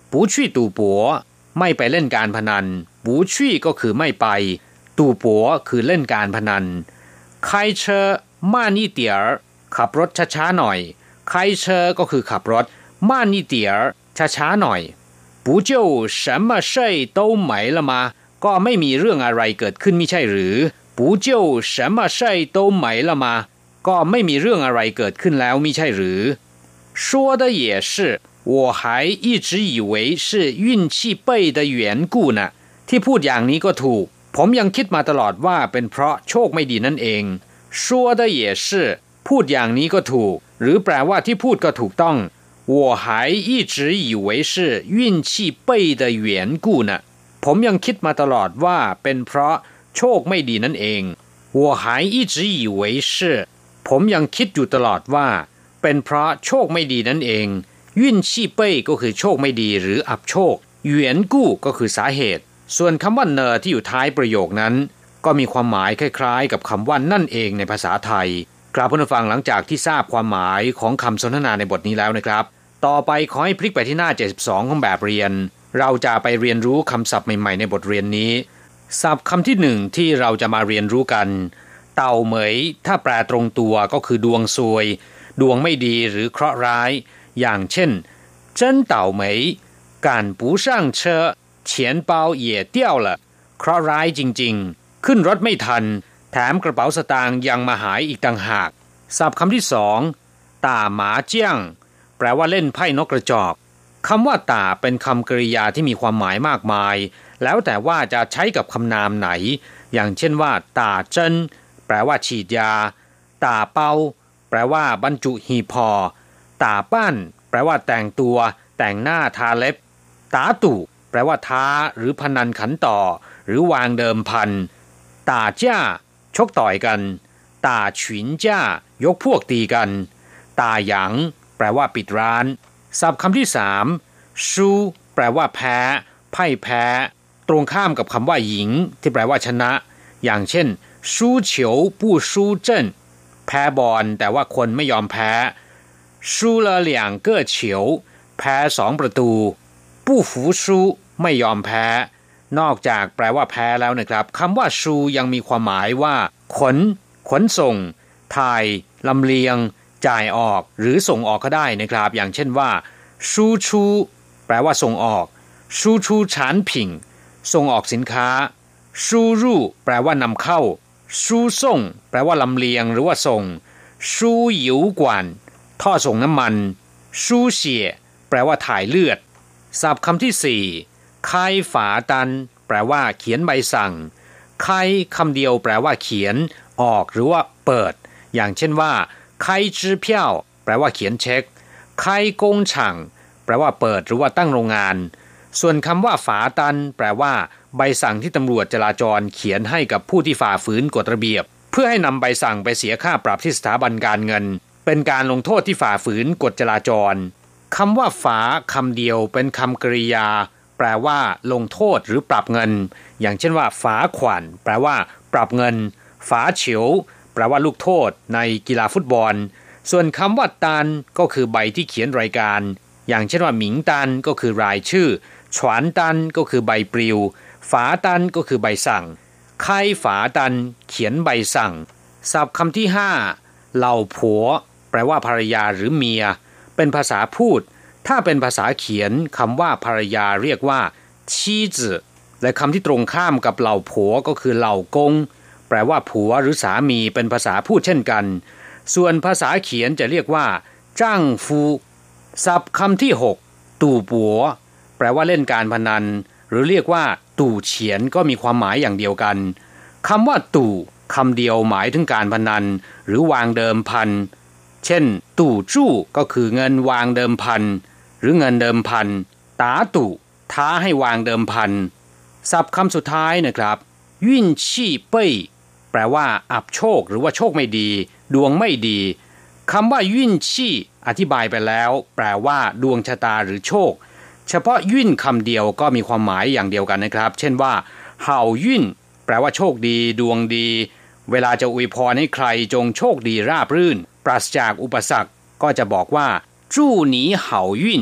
不去赌博ไม่ไปเล่นการพนัน不去ก็คือไม่ไป赌博คือเล่นการพนัน开车慢一点ขับรถช้าๆหน่อย开车ก็คือขับรถ慢一点ช้าๆหน่อย不就什么事都没了吗ก็ไม่มีเรื่องอะไรเกิดขึ้นไม่ใช่หรือ不就什么事都没了吗ก็ไม่มีเรื่องอะไรเกิดขึ้นแล้วไม่ใช่หรือ说的也是我还一直以为是运气背的缘故呢ที่พูดอย่างนี้ก็ถูกผมยังคิดมาตลอดว่าเป็นเพราะโชคไม่ดีนั่นเอง说的也是พูดอย่างนี้ก็ถูกหรือแปลว่าที่พูดก็ถูกต้อง我还一直以为是运气背的缘故呢ผมยังคิดมาตลอดว่าเป็นเพราะโชคไม่ดีนั่นเอง我还一直以为是ผมยังคิดอยู่ตลอดว่าเป็นเพราะโชคไม่ดีนั่นเอง运气背ก็คือโชคไม่ดีหรืออับโชค缘故ก็คือสาเหตุส่วนคำว่าเนอที่อยู่ท้ายประโยคนั้นก็มีความหมายคล้ายๆกับคำว่านั่นเองในภาษาไทยกราบผู้ฟังหลังจากที่ทราบความหมายของคำสนทนาในบทนี้แล้วนะครับต่อไปขอให้พลิกไปที่หน้า72ของแบบเรียนเราจะไปเรียนรู้คำศัพท์ใหม่ๆในบทเรียนนี้ศัพท์คำที่หนึ่งที่เราจะมาเรียนรู้กันเต่าเหมยถ้าแปลตรงตัวก็คือดวงซวยดวงไม่ดีหรือเคราะห์ร้ายอย่างเช่น真倒霉赶不上车钱包也掉了เคราะห์ร้ายจริงๆขึ้นรถไม่ทันแถมกระเป๋าสตางค์ยังมาหายอีกต่างหากศัพท์คำที่สองต่าหมาเจี้ยงแปลว่าเล่นไพ่นกกระจอกคำว่าต่าเป็นคำกริยาที่มีความหมายมากมายแล้วแต่ว่าจะใช้กับคำนามไหนอย่างเช่นว่าต่าเจิ้นแปลว่าฉีดยาต่าเป้าแปลว่าบรรจุหีบห่อต่าป้านแปลว่าแต่งตัวแต่งหน้าทาเล็บตาตู่แปลว่าท้าหรือพนันขันต่อหรือวางเดิมพันต่าจ้าชกต่อยกันต่าฉุนจ้ายกพวกตีกันต่าหยางแปลว่าปิดร้านศัพท์คำที่สามชูแปลว่าแพ้พ่ายแพ้ตรงข้ามกับคำว่าหญิงที่แปลว่าชนะอย่างเช่นชูเฉียวผู้ชูเจิ้นแพ้บอลแต่ว่าคนไม่ยอมแพ้ชู了两个球แพ้2ประตูผู้ฝูชูไม่ยอมแพ้นอกจากแปลว่าแพ้แล้วนะครับคำว่าชูยังมีความหมายว่าขนส่งถ่ายลำเลียงจ่ายออกหรือส่งออกก็ได้นะครับอย่างเช่นว่าชูชูแปลว่าส่งออกชูชูฉานผิงส่งออกสินค้าชูรู่แปลว่านำเข้าชูส่งแปลว่าลำเลียงหรือว่าส่งชูหยิวกวนท่อส่งน้ำมันชูเฉียแปลว่าถ่ายเลือดศัพท์คำที่สี่คายฝาตันแปลว่าเขียนใบสั่งคายคำเดียวแปลว่าเขียนออกหรือว่าเปิดอย่างเช่นว่าคายจื้อเพี้ยวแปลว่าเขียนเช็คคายกงฉังแปลว่าเปิดหรือว่าตั้งโรงงานส่วนคำว่าฝาตันแปลว่าใบสั่งที่ตำรวจจราจรเขียนให้กับผู้ที่ฝ่าฝืนกฎระเบียบเพื่อให้นำใบสั่งไปเสียค่าปรับที่สถาบันการเงินเป็นการลงโทษที่ฝ่าฝืนกฎจราจรคำว่าฝาคำเดียวเป็นคำกริยาแปลว่าลงโทษหรือปรับเงินอย่างเช่นว่าฝาขวัญแปลว่าปรับเงินฝาเฉียวแปลว่าลูกโทษในกีฬาฟุตบอลส่วนคำว่าตันก็คือใบที่เขียนรายการอย่างเช่นว่าหมิงตันก็คือรายชื่อฉวนตันก็คือใบปลิวฝาตันก็คือใบสั่งไข้ฝาตันเขียนใบสั่งศัพท์คำที่ห้าเหล่าผัวแปลว่าภรรยาหรือเมียเป็นภาษาพูดถ้าเป็นภาษาเขียนคำว่าภรรยาเรียกว่าชีจื่อและคำที่ตรงข้ามกับเหล่าผัวก็คือเหล่ากงแปลว่าผัวหรือสามีเป็นภาษาพูดเช่นกันส่วนภาษาเขียนจะเรียกว่าจ้างฟูศัพท์คำที่หกตู่ปัวแปลว่าเล่นการพนันหรือเรียกว่าตู่เฉียนก็มีความหมายอย่างเดียวกันคำว่าตู่คำเดียวหมายถึงการพนันหรือวางเดิมพันเช่นตู่จู้ก็คือเงินวางเดิมพันหรือเงินเดิมพันตาตู่ท้าให้วางเดิมพันศัพท์คำสุดท้ายนะครับยิ่นชี่เป้ยแปลว่าอับโชคหรือว่าโชคไม่ดีดวงไม่ดีคำว่ายิ่นชี่อธิบายไปแล้วแปลว่าดวงชะตาหรือโชคเฉพาะยิ่นคำเดียวก็มีความหมายอย่างเดียวกันนะครับเช่นว่าเห่ายิ่นแปลว่าโชคดีดวงดีเวลาจะอวยพรให้ใครจงโชคดีราบรื่นปราศจากอุปสรรคก็จะบอกว่าจู้หนีเห่ายิ่น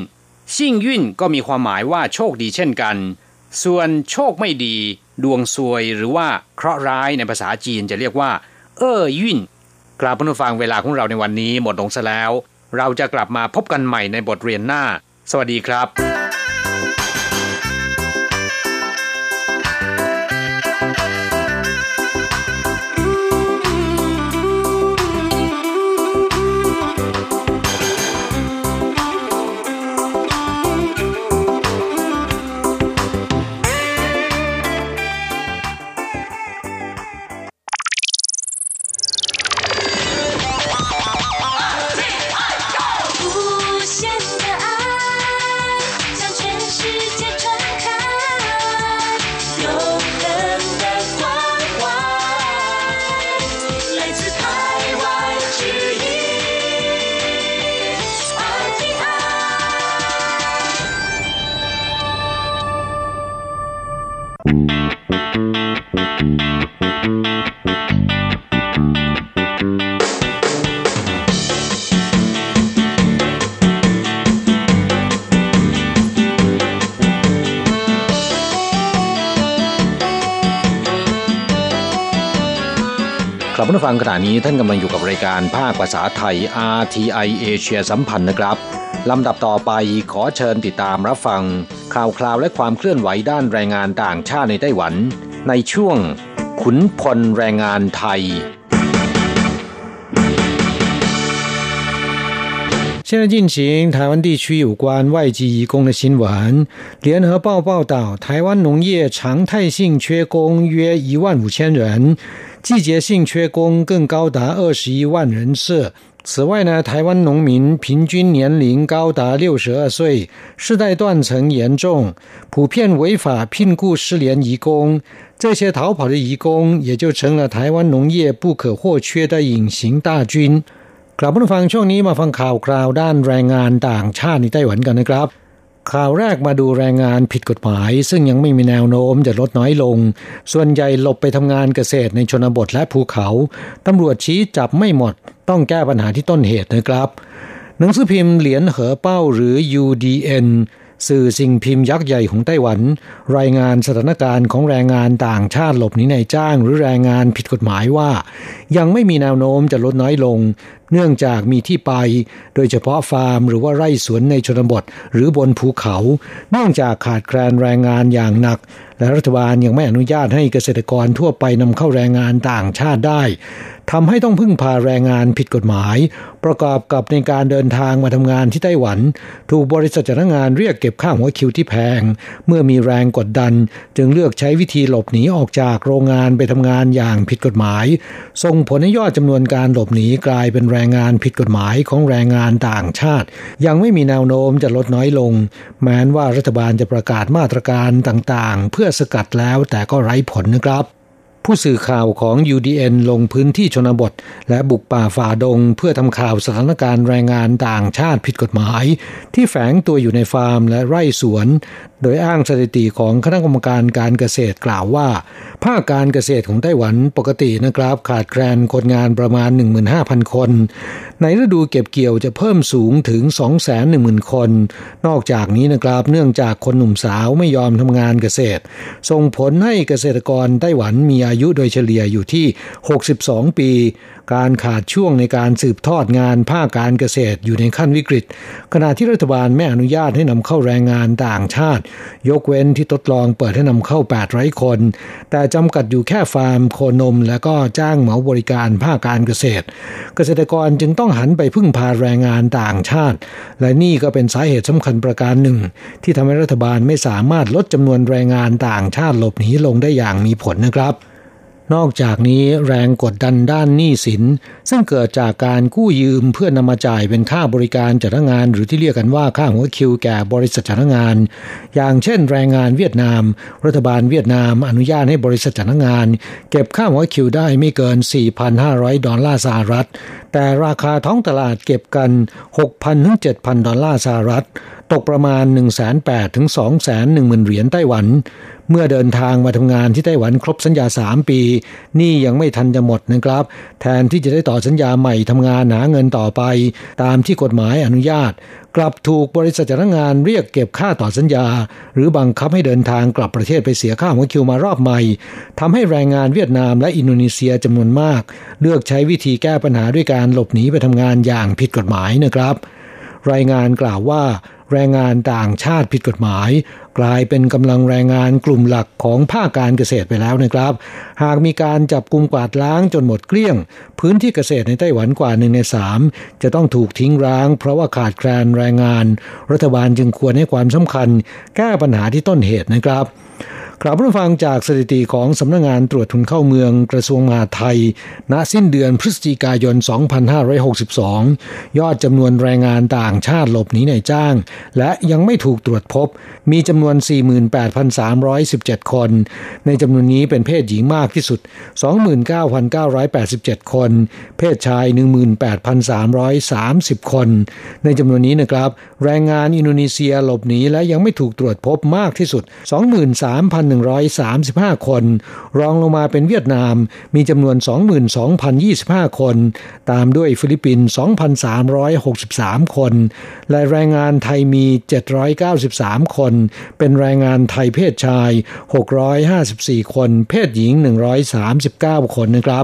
ซิ่งยุ่นก็มีความหมายว่าโชคดีเช่นกันส่วนโชคไม่ดีดวงซวยหรือว่าเคราะห์ร้ายในภาษาจีนจะเรียกว่ายุ่นกราบผู้ฟังเวลาของเราในวันนี้หมดลงซะแล้วเราจะกลับมาพบกันใหม่ในบทเรียนหน้าสวัสดีครับครับผู้ฟังขณะนี้ท่านกำลังอยู่กับรายการภาคภาษาไทย RTI เอเชียสัมพันธ์นะครับลำดับต่อไปขอเชิญติดตามรับฟังข่าวคราวและความเคลื่อนไหวด้านแรงงานต่างชาติในไต้หวันในช่วงขุนพลแรงงานไทย现在进行台湾地区有关外籍移工的新闻。联合报报道，台湾农业常态性缺工约15000人，季节性缺工更高达21万人次。此外呢，台湾农民平均年龄高达62岁，世代断层严重，普遍违法聘雇失联移工。这些逃跑的移工也就成了台湾农业不可或缺的隐形大军。กลับมาฟังช่วงนี้มาฟังข่าวคราวด้านแรงงานต่างชาติในไต้หวันกันนะครับข่าวแรกมาดูแรงงานผิดกฎหมายซึ่งยังไม่มีแนวโน้มจะลดน้อยลงส่วนใหญ่หลบไปทำงานเกษตรในชนบทและภูเขาตำรวจชี้จับไม่หมดต้องแก้ปัญหาที่ต้นเหตุนะครับหนังสือพิมพ์เหลียนเหอเป้าหรือ UDN สื่อสิ่งพิมพ์ยักษ์ใหญ่ของไต้หวันรายงานสถานการณ์ของแรงงานต่างชาติหลบหนีนายจ้างหรือแรงงานผิดกฎหมายว่ายังไม่มีแนวโน้มจะลดน้อยลงเนื่องจากมีที่ไปโดยเฉพาะฟาร์มหรือว่าไร่สวนในชนบทหรือบนภูเขาเนื่องจากขาดแคลนแรงงานอย่างหนักและรัฐบาลยังไม่อนุญาตให้เกษตรกรทั่วไปนำเข้าแรงงานต่างชาติได้ทำให้ต้องพึ่งพาแรงงานผิดกฎหมายประกอบกับในการเดินทางมาทำงานที่ไต้หวันถูกบริษัทจ้างงานเรียกเก็บค่าหัวคิวที่แพงเมื่อมีแรงกดดันจึงเลือกใช้วิธีหลบหนีออกจากโรงงานไปทำงานอย่างผิดกฎหมายส่งผลให้ยอดจำนวนการหลบหนีกลายเป็นแรงงานผิดกฎหมายของแรงงานต่างชาติยังไม่มีแนวโน้มจะลดน้อยลงแม้ว่ารัฐบาลจะประกาศมาตรการต่างๆเพื่อสกัดแล้วแต่ก็ไร้ผลนะครับผู้สื่อข่าวของ UDN ลงพื้นที่ชนบทและบุกป่าฝ่าดงเพื่อทำข่าวสถานการณ์แรงงานต่างชาติผิดกฎหมายที่แฝงตัวอยู่ในฟาร์มและไร่สวนโดยอ้างสถิติของคณะกรรมการการเกษตรกล่าวว่าภาคการเกษตรของไต้หวันปกตินะครับขาดแคลนคนงานประมาณ 15,000 คนในฤดูเก็บเกี่ยวจะเพิ่มสูงถึง 210,000 คนนอกจากนี้นะครับเนื่องจากคนหนุ่มสาวไม่ยอมทำงานเกษตรส่งผลให้เกษตรกรไต้หวันมีอายุโดยเฉลี่ยอยู่ที่62ปีการขาดช่วงในการสืบทอดงานภาคการเกษตรอยู่ในขั้นวิกฤตขณะที่รัฐบาลไม่อนุญาตให้นำเข้าแรงงานต่างชาติยกเว้นที่ทดลองเปิดให้นำเข้า800คนแต่จำกัดอยู่แค่ฟาร์มโคนมและก็จ้างเหมาบริการภาคการเกษตรเกษตรกรจึงต้องหันไปพึ่งพาแรงงานต่างชาติและนี่ก็เป็นสาเหตุสำคัญประการหนึ่งที่ทำให้รัฐบาลไม่สามารถลดจำนวนแรงงานต่างชาติหลบหนีลงได้อย่างมีผลนะครับนอกจากนี้แรงกดดันด้านหนี้สินซึ่งเกิดจากการกู้ยืมเพื่อนำมาจ่ายเป็นค่าบริการจ้างงานหรือที่เรียกกันว่าค่าหัวคิวแก่บริษัทจ้างงานอย่างเช่นแรงงานเวียดนามรัฐบาลเวียดนามอนุญาตให้บริษัทจ้างงานเก็บค่าหัวคิวได้ไม่เกิน 4,500 ดอลลาร์สหรัฐแต่ราคาท้องตลาดเก็บกัน 6,000 ถึง 7,000 ดอลลาร์สหรัฐตกประมาณ 180,000 ถึง 210,000 เหรียญไต้หวันเมื่อเดินทางมาทำงานที่ไต้หวันครบสัญญา3ปีนี่ยังไม่ทันจะหมดนะครับแทนที่จะได้ต่อสัญญาใหม่ทำงานหาเงินต่อไปตามที่กฎหมายอนุญาตกกลับถูกบริษัทจ้างงานเรียกเก็บค่าต่อสัญญาหรือบังคับให้เดินทางกลับประเทศไปเสียค่าหัวคิวมารอบใหม่ทำให้แรงงานเวียดนามและอินโดนีเซียจำนวนมากเลือกใช้วิธีแก้ปัญหาด้วยการหลบหนีไปทำงานอย่างผิดกฎหมายนะครับรายงานกล่าวว่าแรงงานต่างชาติผิดกฎหมายกลายเป็นกำลังแรงงานกลุ่มหลักของภาคการเกษตรไปแล้วนะครับหากมีการจับกุมกวาดล้างจนหมดเกลี้ยงพื้นที่เกษตรในไต้หวันกว่า1 ใน 3จะต้องถูกทิ้งร้างเพราะว่าขาดแคลนแรงงานรัฐบาลจึงควรให้ความสำคัญแก้ปัญหาที่ต้นเหตุนะครับครับผู้ฟังจากสถิติของสำนักงานตรวจคนเข้าเมืองกระทรวงมหาดไทยณสิ้นเดือนพฤศจิกายน 2562 ยอดจำนวนแรงงานต่างชาติหลบหนีนายจ้างและยังไม่ถูกตรวจพบมีจำนวน 48,317 คนในจำนวนนี้เป็นเพศหญิงมากที่สุด 29,987 คนเพศชาย 18,330 คนในจำนวนนี้นะครับแรงงานอินโดนีเซียหลบหนีและยังไม่ถูกตรวจพบมากที่สุด 23,135 คนรองลงมาเป็นเวียดนามมีจำนวน 22,025 คนตามด้วยฟิลิปปินส์ 2,363 คนและแรงงานไทยมี793คนเป็นแรงงานไทยเพศชาย654คนเพศหญิง139คนนะครับ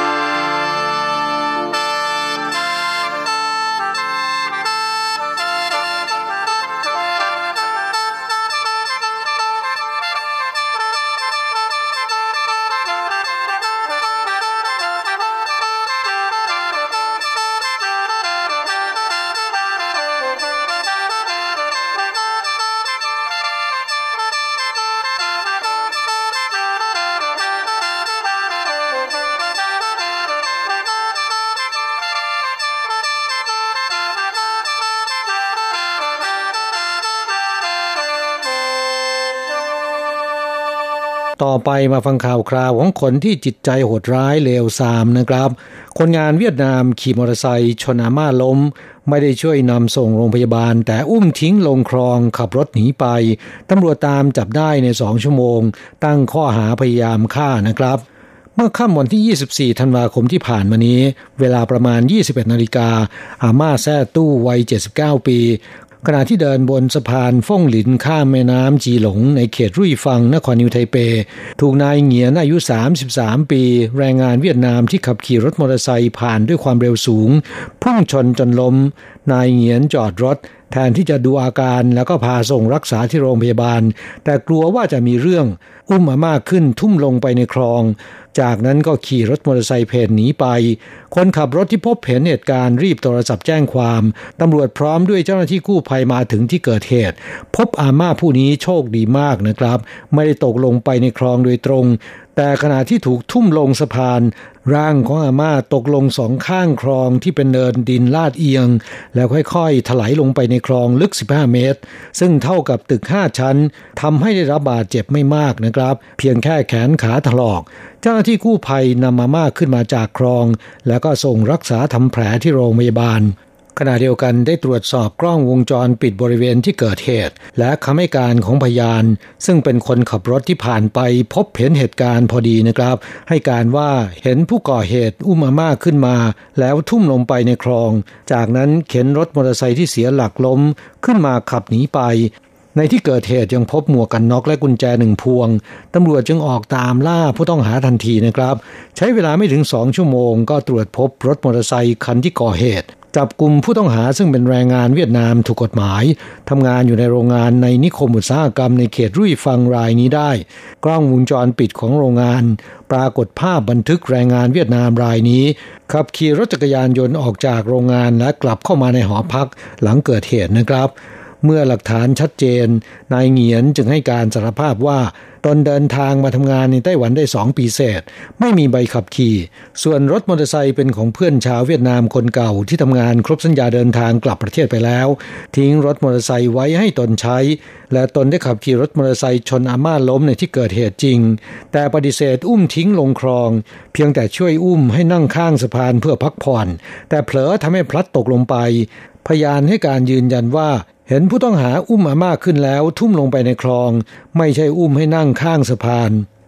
ต่อไปมาฟังข่าวคราวของคนที่จิตใจโหดร้ายเลวทรามนะครับคนงานเวียดนามขี่มอเตอร์ไซค์ชนอาม่าล้มไม่ได้ช่วยนำส่งโรงพยาบาลแต่อุ้มทิ้งลงคลองขับรถหนีไปตำรวจตามจับได้ใน2 ชั่วโมงตั้งข้อหาพยายามฆ่านะครับเมื่อค่ำวันที่24ธันวาคมที่ผ่านมานี้เวลาประมาณ 21:00 น.อาม่าแซ่ตู้วัย79 ปีขณะที่เดินบนสะพานฟ่งหลินข้ามแม่น้ำจีหลงในเขตรุ่ยฟังนครนิวไทเปถูกนายเหงียนอายุ33ปีแรงงานเวียดนามที่ขับขี่รถมอเตอร์ไซค์ผ่านด้วยความเร็วสูงพุ่งชนจนล้มนายเหงียนจอดรถแทนที่จะดูอาการแล้วก็พาส่งรักษาที่โรงพยาบาลแต่กลัวว่าจะมีเรื่องอุ้มอาม่าขึ้นทุ่มลงไปในคลองจากนั้นก็ขี่รถมอเตอร์ไซค์เพลหนีไปคนขับรถที่พบเห็นเหตุการณ์รีบโทรศัพท์แจ้งความตำรวจพร้อมด้วยเจ้าหน้าที่กู้ภัยมาถึงที่เกิดเหตุพบอาม่าผู้นี้โชคดีมากนะครับไม่ได้ตกลงไปในคลองโดยตรงแต่ขณะที่ถูกทุ่มลงสะพานร่างของอาม่าตกลง2ข้างคลองที่เป็นเนินดินลาดเอียงแล้วค่อยๆถลายลงไปในคลองลึก15เมตรซึ่งเท่ากับตึก5ชั้นทำให้ได้รับบาดเจ็บไม่มากนะครับเพียงแค่แขนขาถลอกเจ้าหน้าที่กู้ภัยนำอาม่าขึ้นมาจากคลองแล้วก็ส่งรักษาทำแผลที่โรงพยาบาลขณะเดียวกันได้ตรวจสอบกล้องวงจรปิดบริเวณที่เกิดเหตุและคำให้การของพยานซึ่งเป็นคนขับรถที่ผ่านไปพบเห็นเหตุการณ์พอดีนะครับให้การว่าเห็นผู้ก่อเหตุอุ้มอาม่าขึ้นมาแล้วทุ่มลงไปในคลองจากนั้นเข็นรถมอเตอร์ไซค์ที่เสียหลักล้มขึ้นมาขับหนีไปในที่เกิดเหตุยังพบหมวกกันน็อกและกุญแจ1พวงตำรวจจึงออกตามล่าผู้ต้องหาทันทีนะครับใช้เวลาไม่ถึง2 ชั่วโมงก็ตรวจพบรถมอเตอร์ไซค์คันที่ก่อเหตุจับกุมผู้ต้องหาซึ่งเป็นแรงงานเวียดนามถูกกฎหมายทำงานอยู่ในโรงงานในนิคมอุตสาหกรรมในเขตรุ่ยฟังรายนี้ได้กล้องวงจรปิดของโรงงานปรากฏภาพบันทึกแรงงานเวียดนามรายนี้ขับขี่รถจักรยานยนต์ออกจากโรงงานและกลับเข้ามาในหอพักหลังเกิดเหตุนะครับเมื่อหลักฐานชัดเจนนายเหงียนจึงให้การสารภาพว่าตนเดินทางมาทำงานในไต้หวันได้2 ปีเศษไม่มีใบขับขี่ส่วนรถมอเตอร์ไซค์เป็นของเพื่อนชาวเวียดนามคนเก่าที่ทำงานครบสัญญาเดินทางกลับประเทศไปแล้วทิ้งรถมอเตอร์ไซค์ไว้ให้ตนใช้และตนได้ขับขี่รถมอเตอร์ไซค์ชนอาม่าล้มในที่เกิดเหตุจริงแต่ปฏิเสธอุ้มทิ้งลงคลองเพียงแต่ช่วยอุ้มให้นั่งข้างสะพานเพื่อพักผ่อนแต่เผลอทำให้พลัดตกลงไปพยานให้การยืนยันว่าเห็นผู้ต้องหาอุ้มอาม่าขึ้นแล้วทุ่มลงไปในคลองไม่ใช่อุ้มให้นั่งข้างสะพาน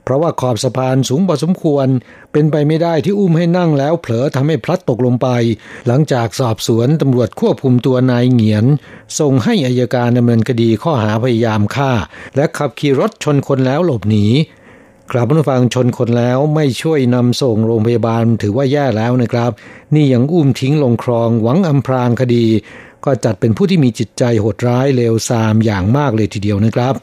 เพราะว่าขอบสะพานสูงพอสมควรเป็นไปไม่ได้ที่อุ้มให้นั่งแล้วเผลอทำให้พลัดตกลงไปหลังจากสอบสวนตำรวจควบคุมตัวนายเหงียนส่งให้อัยการดำเนินคดีข้อหาพยายามฆ่าและขับขี่รถชนคนแล้วหลบหนีครับผู้ฟังชนคนแล้วไม่ช่วยนำส่งโรงพยาบาลถือว่าแย่แล้วนะครับนี่ยังอุ้มทิ้งลงคลองหวังอำพรางคดีก็จัดเป็นผู้ที่มีจิตใจโหดร้ายเลวทรามอย่างมากเลยทีเดียวนะครับ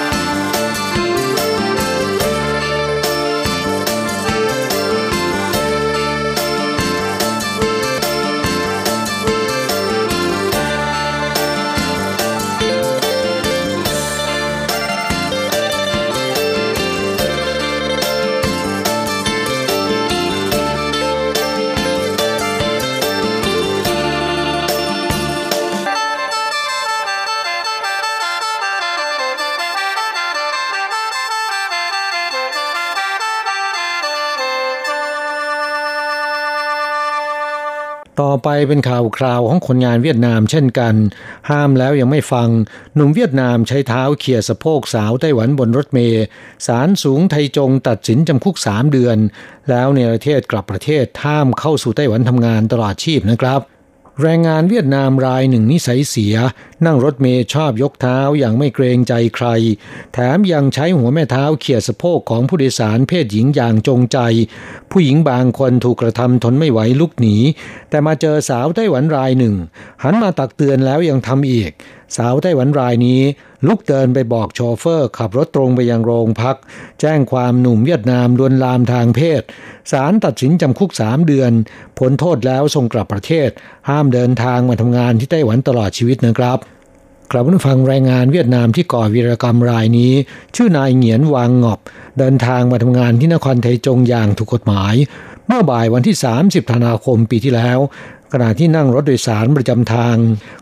ต่อไปเป็นข่าวคราวของคนงานเวียดนามเช่นกันห้ามแล้วยังไม่ฟังหนุ่มเวียดนามใช้เท้าเขี่ยสะโพกสาวไต้หวันบนรถเมล์ศาลสูงไทจงตัดสินจำคุก3 เดือนแล้วเนรเทศกลับประเทศห้ามเข้าสู่ไต้หวันทำงานตลอดชีพนะครับแรงงานเวียดนามรายหนึ่งนิสัยเสียนั่งรถเมล์ชอบยกเท้าอย่างไม่เกรงใจใครแถมยังใช้หัวแม่เท้าเขี่ยสะโพกของผู้โดยสารเพศหญิงอย่างจงใจผู้หญิงบางคนถูกกระทำทนไม่ไหวลุกหนีแต่มาเจอสาวไต้หวันรายหนึ่งหันมาตักเตือนแล้วยังทำอีกสาวไต้หวันรายนี้ลุกเดินไปบอกโชเฟอร์ขับรถตรงไปยังโรงพักแจ้งความหนุ่มเวียดนามลวนลามทางเพศศาลตัดสินจำคุก3 เดือนพ้นโทษแล้วส่งกลับประเทศห้ามเดินทางมาทำงานที่ไต้หวันตลอดชีวิตนะครับกลับมาฟังแรงงานเวียดนามที่ก่อวีรกรรมรายนี้ชื่อนายเหงียนวางงอบเดินทางมาทำงานที่นครไทจงอย่างถูกกฎหมายเมื่อบ่ายวันที่30 ธันวาคมปีที่แล้วขณะที่นั่งรถโดยสารประจำทาง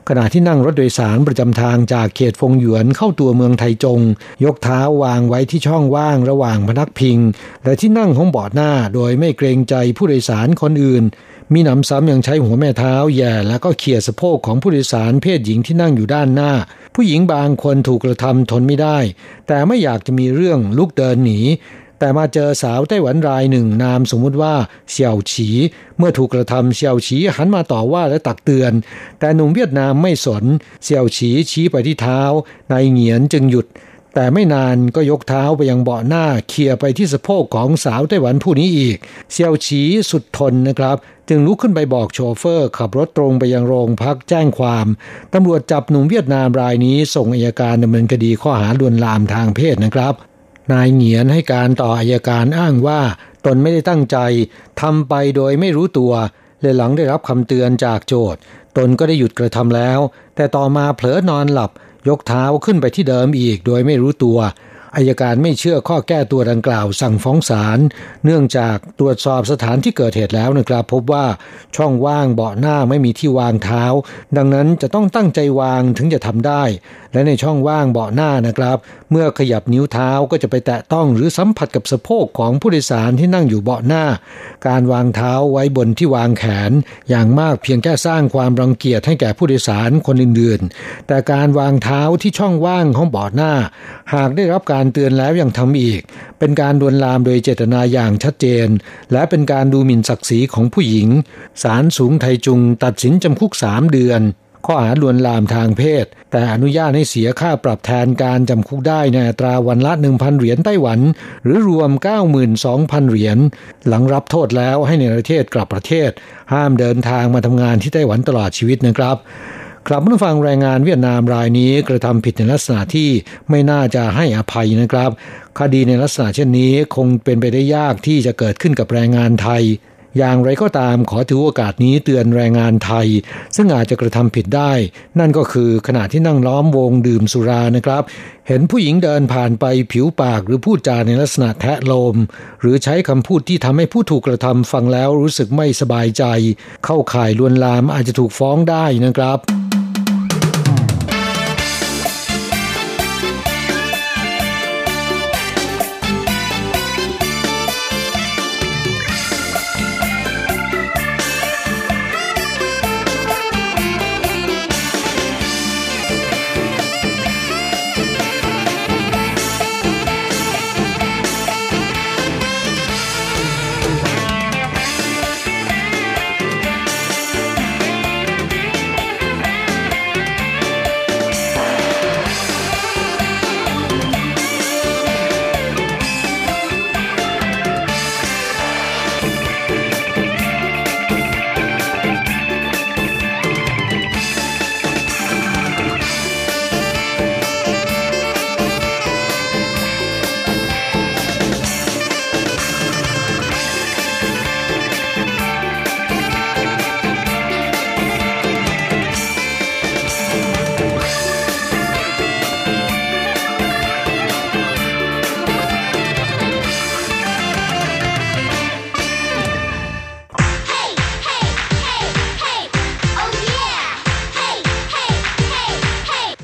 จากเขตฟงหยวนเข้าตัวเมืองไทจงยกเท้าวางไว้ที่ช่องว่างระหว่างพนักพิงและที่นั่งของเบาะหน้าโดยไม่เกรงใจผู้โดยสารคนอื่นมีหนำซ้ำยังใช้หัวแม่เท้าแย่แล้วก็เขี่ยสะโพกของผู้โดยสารเพศหญิงที่นั่งอยู่ด้านหน้าผู้หญิงบางคนถูกกระทำทนไม่ได้แต่ไม่อยากจะมีเรื่องลุกเดินหนีแต่มาเจอสาวไต้หวันรายหนึ่งนามสมมุติว่าเสี่ยวฉีเมื่อถูกกระทำเสี่ยวฉีหันมาต่อว่าและตักเตือนแต่หนุ่มเวียดนามไม่สนเสี่ยวฉีชี้ไปที่เท้านายเหงียนจึงหยุดแต่ไม่นานก็ยกเท้าไปยังเบาะหน้าเขี่ยไปที่สะโพกของสาวไต้หวันผู้นี้อีกเสี่ยวฉีสุดทนนะครับจึงลุกขึ้นไปบอกโชเฟอร์ขับรถตรงไปยังโรงพักแจ้งความตำรวจจับหนุ่มเวียดนามรายนี้ส่งอัยการดำเนินคดีข้อหาลวนลามทางเพศนะครับนายเหงียนให้การต่ออัยการอ้างว่าตนไม่ได้ตั้งใจทำไปโดยไม่รู้ตัวและหลังได้รับคำเตือนจากโจทก์ตนก็ได้หยุดกระทำแล้วแต่ต่อมาเผลอนอนหลับยกเท้าขึ้นไปที่เดิมอีกโดยไม่รู้ตัวอัยการไม่เชื่อข้อแก้ตัวดังกล่าวสั่งฟ้องศาลเนื่องจากตรวจสอบสถานที่เกิดเหตุแล้วนะครับพบว่าช่องว่างเบาะหน้าไม่มีที่วางเท้าดังนั้นจะต้องตั้งใจวางถึงจะทำได้และในช่องว่างเบาะหน้านะครับเมื่อขยับนิ้วเท้าก็จะไปแตะต้องหรือสัมผัสกับสะโพกของผู้โดยสารที่นั่งอยู่เบาะหน้าการวางเท้าไว้บนที่วางแขนอย่างมากเพียงแค่สร้างความรังเกียจให้แก่ผู้โดยสารคนอื่นๆแต่การวางเท้าที่ช่องว่างของเบาะหน้าหากได้รับการเตือนแล้วยังทำอีกเป็นการลวนลามโดยเจตนาอย่างชัดเจนและเป็นการดูหมิ่นศักดิ์ศรีของผู้หญิงศาลสูงไทจุงตัดสินจำคุก3 เดือนข้อหาลวนลามทางเพศแต่อนุญาตให้เสียค่าปรับแทนการจำคุกได้ในอัตราวันละ 1,000 เหรียญไต้หวันหรือรวม 92,000 เหรียญหลังรับโทษแล้วให้ในประเทศกลับประเทศห้ามเดินทางมาทำงานที่ไต้หวันตลอดชีวิตนะครับครับผู้ฟังแรงงานเวียดนามรายนี้กระทำผิดในลักษณะที่ไม่น่าจะให้อภัยนะครับคดีในลักษณะเช่นนี้คงเป็นไปได้ยากที่จะเกิดขึ้นกับแรงงานไทยอย่างไรก็ตามขอถือโอกาสนี้เตือนแรงงานไทยซึ่งอาจจะกระทำผิดได้นั่นก็คือขณะที่นั่งล้อมวงดื่มสุรานะครับเห็นผู้หญิงเดินผ่านไปผิวปากหรือพูดจาในลักษณะแทะโลมหรือใช้คำพูดที่ทำให้ผู้ถูกกระทำฟังแล้วรู้สึกไม่สบายใจเข้าข่ายลวนลามอาจจะถูกฟ้องได้นะครับ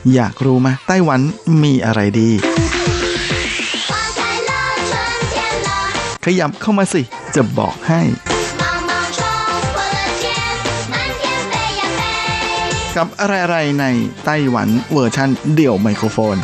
อยากรู้ไหมไต้หวันมีอะไรดีขยับเข้ามาสิจะบอกให้กับอะไรๆในไต้หวันเวอร์ชันเดี่ยวไมโครโฟน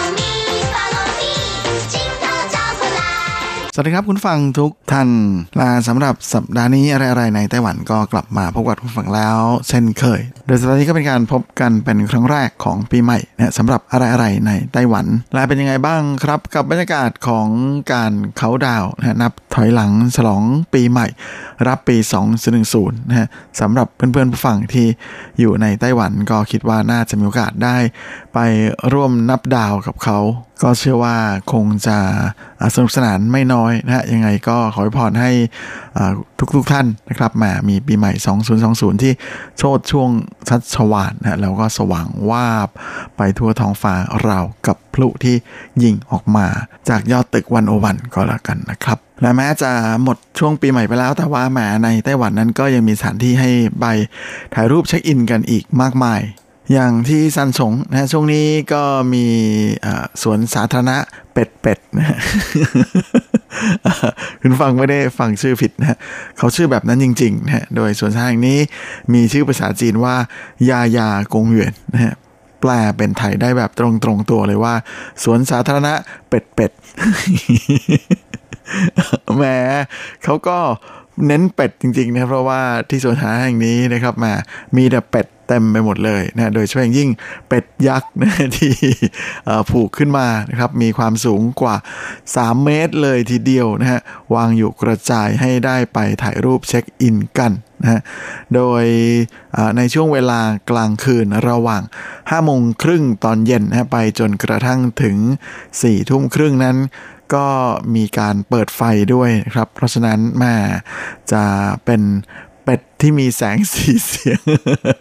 สวัสดีครับคุณฟังทุกท่านสำหรับสัปดาห์นี้อะไรๆในไต้หวันก็กลับมาพบกับคุณฟังแล้วเช่นเคยโดยสัปดาห์นี้ก็เป็นการพบกันเป็นครั้งแรกของปีใหม่นะสำหรับอะไรๆในไต้หวันและเป็นยังไงบ้างครับกับบรรยากาศของการเค้าดาวน์นับถอยหลังฉลองปีใหม่รับปี2010นะฮะสำหรับเพื่อนๆผู้ฟังที่อยู่ในไต้หวันก็คิดว่าน่าจะมีโอกาสได้ไปร่วมนับดาวกับเขาก็เชื่อว่าคงจะสนุกสนานไม่น้อยนะฮะยังไงก็ขอให้พรให้ทุกท่านนะครับมามีปีใหม่2020ที่โชติช่วงชัชวาลนะแล้วก็สว่างวาบไปทั่วท้องฟ้าราวกับพลุที่ยิงออกมาจากยอดตึก101ก็แล้วกันนะครับและแม้จะหมดช่วงปีใหม่ไปแล้วแต่ว่าแหมในไต้หวันนั้นก็ยังมีสถานที่ให้ไปถ่ายรูปเช็คอินกันอีกมากมายอย่างที่ซันฉงนะช่วงนี้ก็มีสวนสาธารณะเป็ดนะคุณฟังไม่ได้ฟังชื่อผิดนะเขาชื่อแบบนั้นจริงๆนะโดยสวนสาธารณะแห่งนี้มีชื่อภาษาจีนว่ายายากงเหวียนนะฮะแปลเป็นไทยได้แบบตรงตัวเลยว่าสวนสาธารณะเป็ดแหมเขาก็เน้นเป็ดจริงๆนะเพราะว่าที่สวนสาธารณะแห่งนี้นะครับมีแต่เป็ดเต็มไปหมดเลยนะโดยเฉพาะยิ่งเป็ดยักษ์นะที่ผูกขึ้นมานะครับมีความสูงกว่า3 เมตรเลยทีเดียวนะฮะวางอยู่กระจายให้ได้ไปถ่ายรูปเช็คอินกันนะฮะโดยในช่วงเวลากลางคืนระหว่าง 5:30 น.ตอนเย็นนะไปจนกระทั่งถึง 4:30 น.นั้นก็มีการเปิดไฟด้วยนะครับเพราะฉะนั้นจะเป็นเป็ดที่มีแสงสีเสียง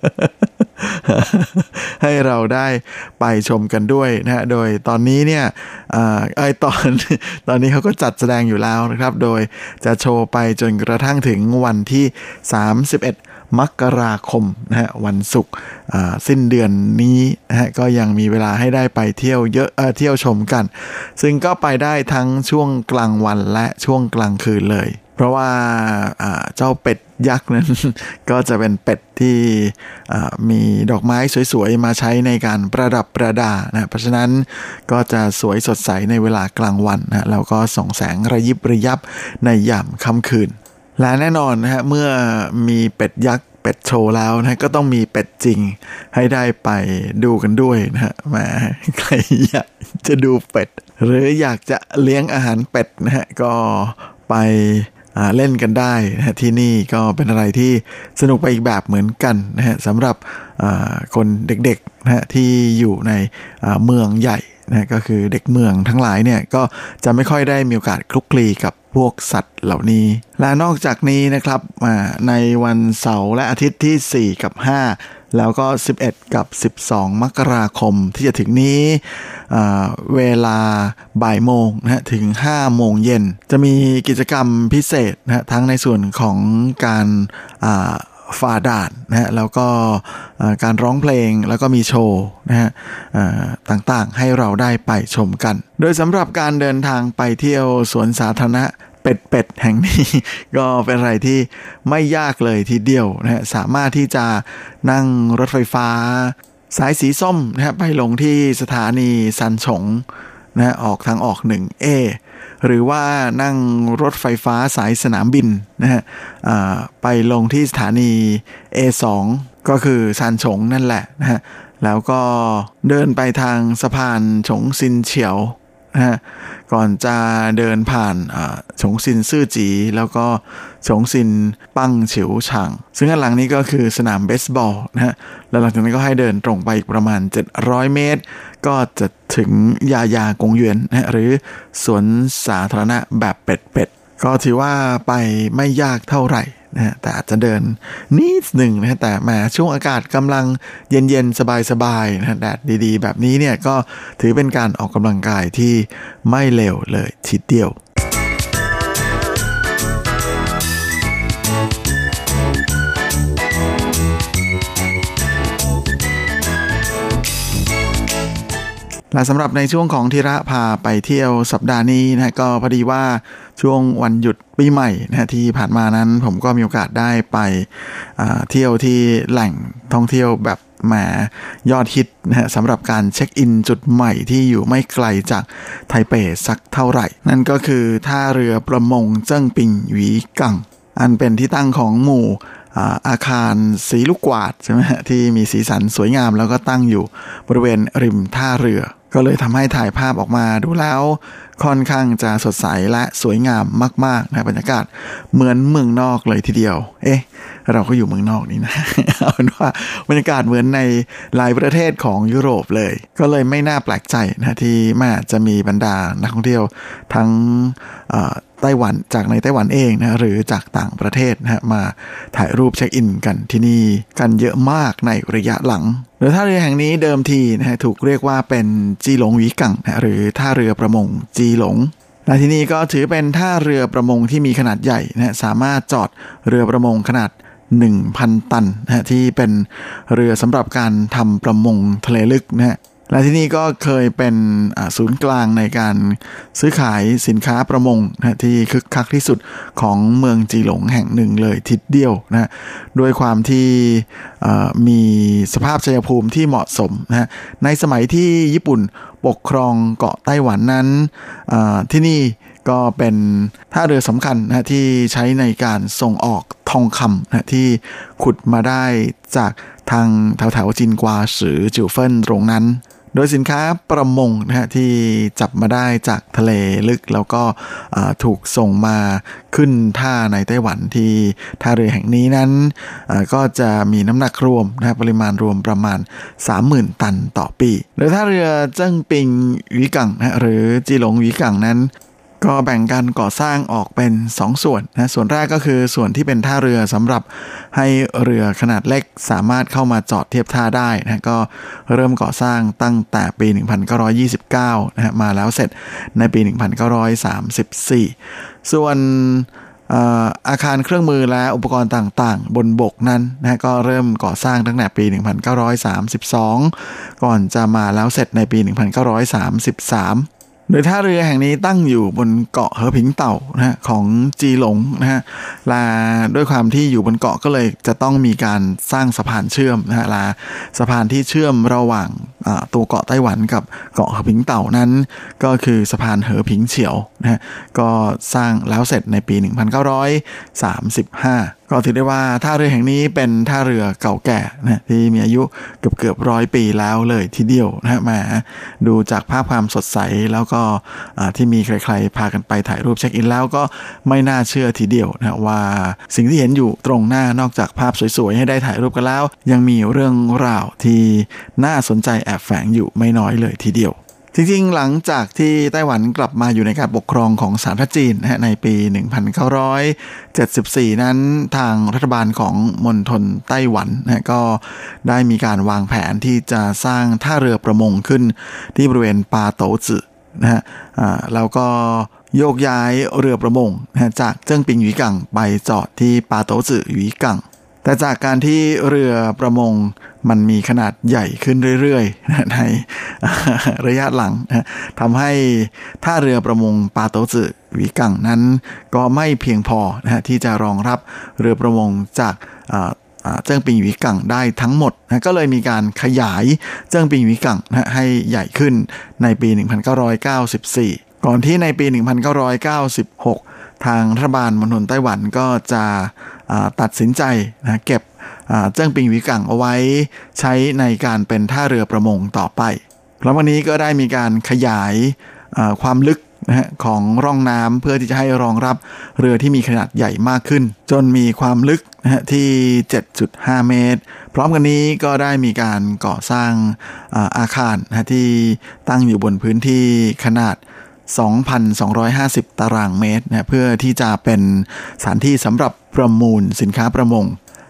ให้เราได้ไปชมกันด้วยนะฮะโดยตอนนี้เนี่ยตอนนี้เขาก็จัดแสดงอยู่แล้วนะครับโดยจะโชว์ไปจนกระทั่งถึงวันที่31 มกราคมนะฮะวันศุกร์สิ้นเดือนนี้นะฮะก็ยังมีเวลาให้ได้ไปเที่ยวเยอะเที่ยวชมกันซึ่งก็ไปได้ทั้งช่วงกลางวันและช่วงกลางคืนเลยเพราะว่าเจ้าเป็ดยักษ์นั้นก็จะเป็นเป็ดที่มีดอกไม้สวยๆมาใช้ในการประดับประดานะเพราะฉะนั้นก็จะสวยสดใสในเวลากลางวันนะแล้วก็ส่องแสงระยิบระยับในยามค่ำคืนและแน่นอนนะฮะเมื่อมีเป็ดยักษ์เป็ดโชว์แล้วนะก็ต้องมีเป็ดจริงให้ได้ไปดูกันด้วยนะฮะแหมใครอยากจะดูเป็ดหรืออยากจะเลี้ยงอาหารเป็ดนะฮะก็ไปเล่นกันได้นะที่นี่ก็เป็นอะไรที่สนุกไปอีกแบบเหมือนกันนะฮะสำหรับคนเด็กๆนะฮะที่อยู่ในเมืองใหญ่นะก็คือเด็กเมืองทั้งหลายเนี่ยก็จะไม่ค่อยได้มีโอกาสคลุกคลีกับพวกสัตว์เหล่านี้และนอกจากนี้นะครับในวันเสาร์และอาทิตย์ที่4กับ5แล้วก็11กับ12มกราคมที่จะถึงนี้เวลาบ่ายโมงนะฮะถึง5โมงเย็นจะมีกิจกรรมพิเศษนะฮะทั้งในส่วนของการฝ่าด่านนะฮะแล้วก็การร้องเพลงแล้วก็มีโชว์นะฮะต่างๆให้เราได้ไปชมกันโดยสำหรับการเดินทางไปเที่ยวสวนสาธารณะเป็ดแห่งนี้ก็เป็นอะไรที่ไม่ยากเลยทีเดียวนะฮะสามารถที่จะนั่งรถไฟฟ้าสายสีส้มนะฮะไปลงที่สถานีซันฉงนะฮะออกทางออก 1A หรือว่านั่งรถไฟฟ้าสายสนามบินนะฮะไปลงที่สถานี A2 ก็คือซันฉงนั่นแหละนะฮะแล้วก็เดินไปทางสะพานฉงซินเฉียวนะฮะก่อนจะเดินผ่านฉงซินซื่อจีแล้วก็ฉงซินปังฉิวฉางซึ่งข้างหลังนี้ก็คือสนามเบสบอลนะฮะแล้วหลังจากนั้นก็ให้เดินตรงไปอีกประมาณ700เมตรก็จะถึงยายากงเหวียนนะหรือสวนสาธารณะแบบเป็ดก็ถือว่าไปไม่ยากเท่าไหร่นะแต่อาจจะเดินนิดหนึ่งนะแต่มาช่วงอากาศกำลังเย็นๆสบายๆนะแดดดีๆแบบนี้เนี่ยก็ถือเป็นการออกกำลังกายที่ไม่เลวเลยทีเดียวและสำหรับในช่วงของธีระพาไปเที่ยวสัปดาห์นี้นะก็พอดีว่าช่วงวันหยุดปีใหม่นะที่ผ่านมานั้นผมก็มีโอกาสได้ไปเที่ยวที่แหล่งท่องเที่ยวแบบแหมยอดฮิตนะฮะสำหรับการเช็คอินจุดใหม่ที่อยู่ไม่ไกลจากไทเปสักเท่าไหร่นั่นก็คือท่าเรือประมงเจิ้งปิงหวีกังอันเป็นที่ตั้งของหมู่อาคารสีลูกกวาดใช่ไหมฮะที่มีสีสันสวยงามแล้วก็ตั้งอยู่บริเวณริมท่าเรือก็เลยทำให้ถ่ายภาพออกมาดูแล้วค่อนข้างจะสดใสและสวยงามมากๆนะบรรยากาศเหมือนเมืองนอกเลยทีเดียวเราก็อยู่เมืองนอกนี่นะ เอาเป็นว่าบรรยากาศเหมือนในหลายประเทศของยุโรปเลยก็เลยไม่น่าแปลกใจนะที่มาจะมีบรรดานักท่องเที่ยวทั้งไต้หวันจากในไต้หวันเองนะหรือจากต่างประเทศนะมาถ่ายรูปเช็คอินกันที่นี่กันเยอะมากในระยะหลังโดยท่าเรือแห่งนี้เดิมทีนะถูกเรียกว่าเป็นจีหลงหวีกังนะหรือท่าเรือประมงจีหลงและที่นี่ก็ถือเป็นท่าเรือประมงที่มีขนาดใหญ่นะสามารถจอดเรือประมงขนาด 1,000 ตันนะที่เป็นเรือสำหรับการทำประมงทะเลลึกนะและที่นี่ก็เคยเป็นศูนย์กลางในการซื้อขายสินค้าประมงนะที่คึกคักที่สุดของเมืองจีหลงแห่งหนึ่งเลยทีเดียวนะด้วยความที่มีสภาพชัยภูมิที่เหมาะสมนะในสมัยที่ญี่ปุ่นปกครองเกาะไต้หวันนั้นที่นี่ก็เป็นท่าเรือสำคัญนะที่ใช้ในการส่งออกทองคำนะที่ขุดมาได้จากทางแถวๆจินกวาหรือจิวเฟินตรงนั้นโดยสินค้าประมงนะฮะที่จับมาได้จากทะเลลึกแล้วก็ถูกส่งมาขึ้นท่าในไต้หวันที่ท่าเรือแห่งนี้นั้นก็จะมีน้ำหนักรวมนะปริมาณรวมประมาณ 30,000 ตันต่อปีโดยท่าเรือเจิ้งปิงหวีกังนะหรือจีหลงหวีกังนั้นก็แบ่งการก่อสร้างออกเป็น2ส่วนนะส่วนแรกก็คือส่วนที่เป็นท่าเรือสำหรับให้เรือขนาดเล็กสามารถเข้ามาจอดเทียบท่าได้นะก็เริ่มก่อสร้างตั้งแต่ปี 1929 นะฮะมาแล้วเสร็จในปี 1934 ส่วนอาคารเครื่องมือและอุปกรณ์ต่างๆบนบกนั้นนะก็เริ่มก่อสร้างตั้งแต่ปี 1932 ก่อนจะมาแล้วเสร็จในปี 1933โดยท่าเรือแห่งนี้ตั้งอยู่บนเกาะเหอผิงเต่านะของจีหลงนะฮะและด้วยความที่อยู่บนเกาะก็เลยจะต้องมีการสร้างสะพานเชื่อมนะฮะและสะพานที่เชื่อมระหว่างตัวเกาะไต้หวันกับเกาะเหอผิงเต่านั้นก็คือสะพานเหอผิงเฉียวนะฮะก็สร้างแล้วเสร็จในปี 1935ก็ถือได้ว่าท่าเรือแห่งนี้เป็นท่าเรือเก่าแก่นะที่มีอายุเกือบ100 ปีแล้วเลยทีเดียวนะมาดูจากภาพความสดใสแล้วก็ที่มีใครๆพากันไปถ่ายรูปเช็คอินแล้วก็ไม่น่าเชื่อทีเดียวนะว่าสิ่งที่เห็นอยู่ตรงหน้านอกจากภาพสวยๆให้ได้ถ่ายรูปกันแล้วยังมีเรื่องราวที่น่าสนใจแอบแฝงอยู่ไม่น้อยเลยทีเดียวจริงๆหลังจากที่ไต้หวันกลับมาอยู่ในการปกครองของสาธารณรัฐจีนในปี 1974 นั้นทางรัฐบาลของมณฑลไต้หวันก็ได้มีการวางแผนที่จะสร้างท่าเรือประมงขึ้นที่บริเวณปาโตจื่อนะฮะแล้วก็โยกย้ายเรือประมงจากเจิ้งปิงหวีกังไปจอดที่ปาโตจื่อหวีกังแต่จากการที่เรือประมงมันมีขนาดใหญ่ขึ้นเรื่อยๆในระยะหลังทำให้ท่าเรือประมงปาโตจื่อหวีกังนั้นก็ไม่เพียงพอที่จะรองรับเรือประมงจากเจิ้งปิงหวีกังได้ทั้งหมดก็เลยมีการขยายเจิ้งปิงหวีกังให้ใหญ่ขึ้นในปี 1994 ก่อนที่ในปี 1996 ทางรัฐบาลมณฑลไต้หวันก็จะตัดสินใจเก็บเจิ้งปิงหวีกังเอาไว้ใช้ในการเป็นท่าเรือประมงต่อไปแล้ววันนี้ก็ได้มีการขยายความลึกของร่องน้ำเพื่อที่จะให้รองรับเรือที่มีขนาดใหญ่มากขึ้นจนมีความลึกที่ 7.5 เมตรพร้อมกันนี้ก็ได้มีการก่อสร้างอาคารที่ตั้งอยู่บนพื้นที่ขนาด 2,250 ตารางเมตรเพื่อที่จะเป็นสถานที่สำหรับประมูลสินค้าประมง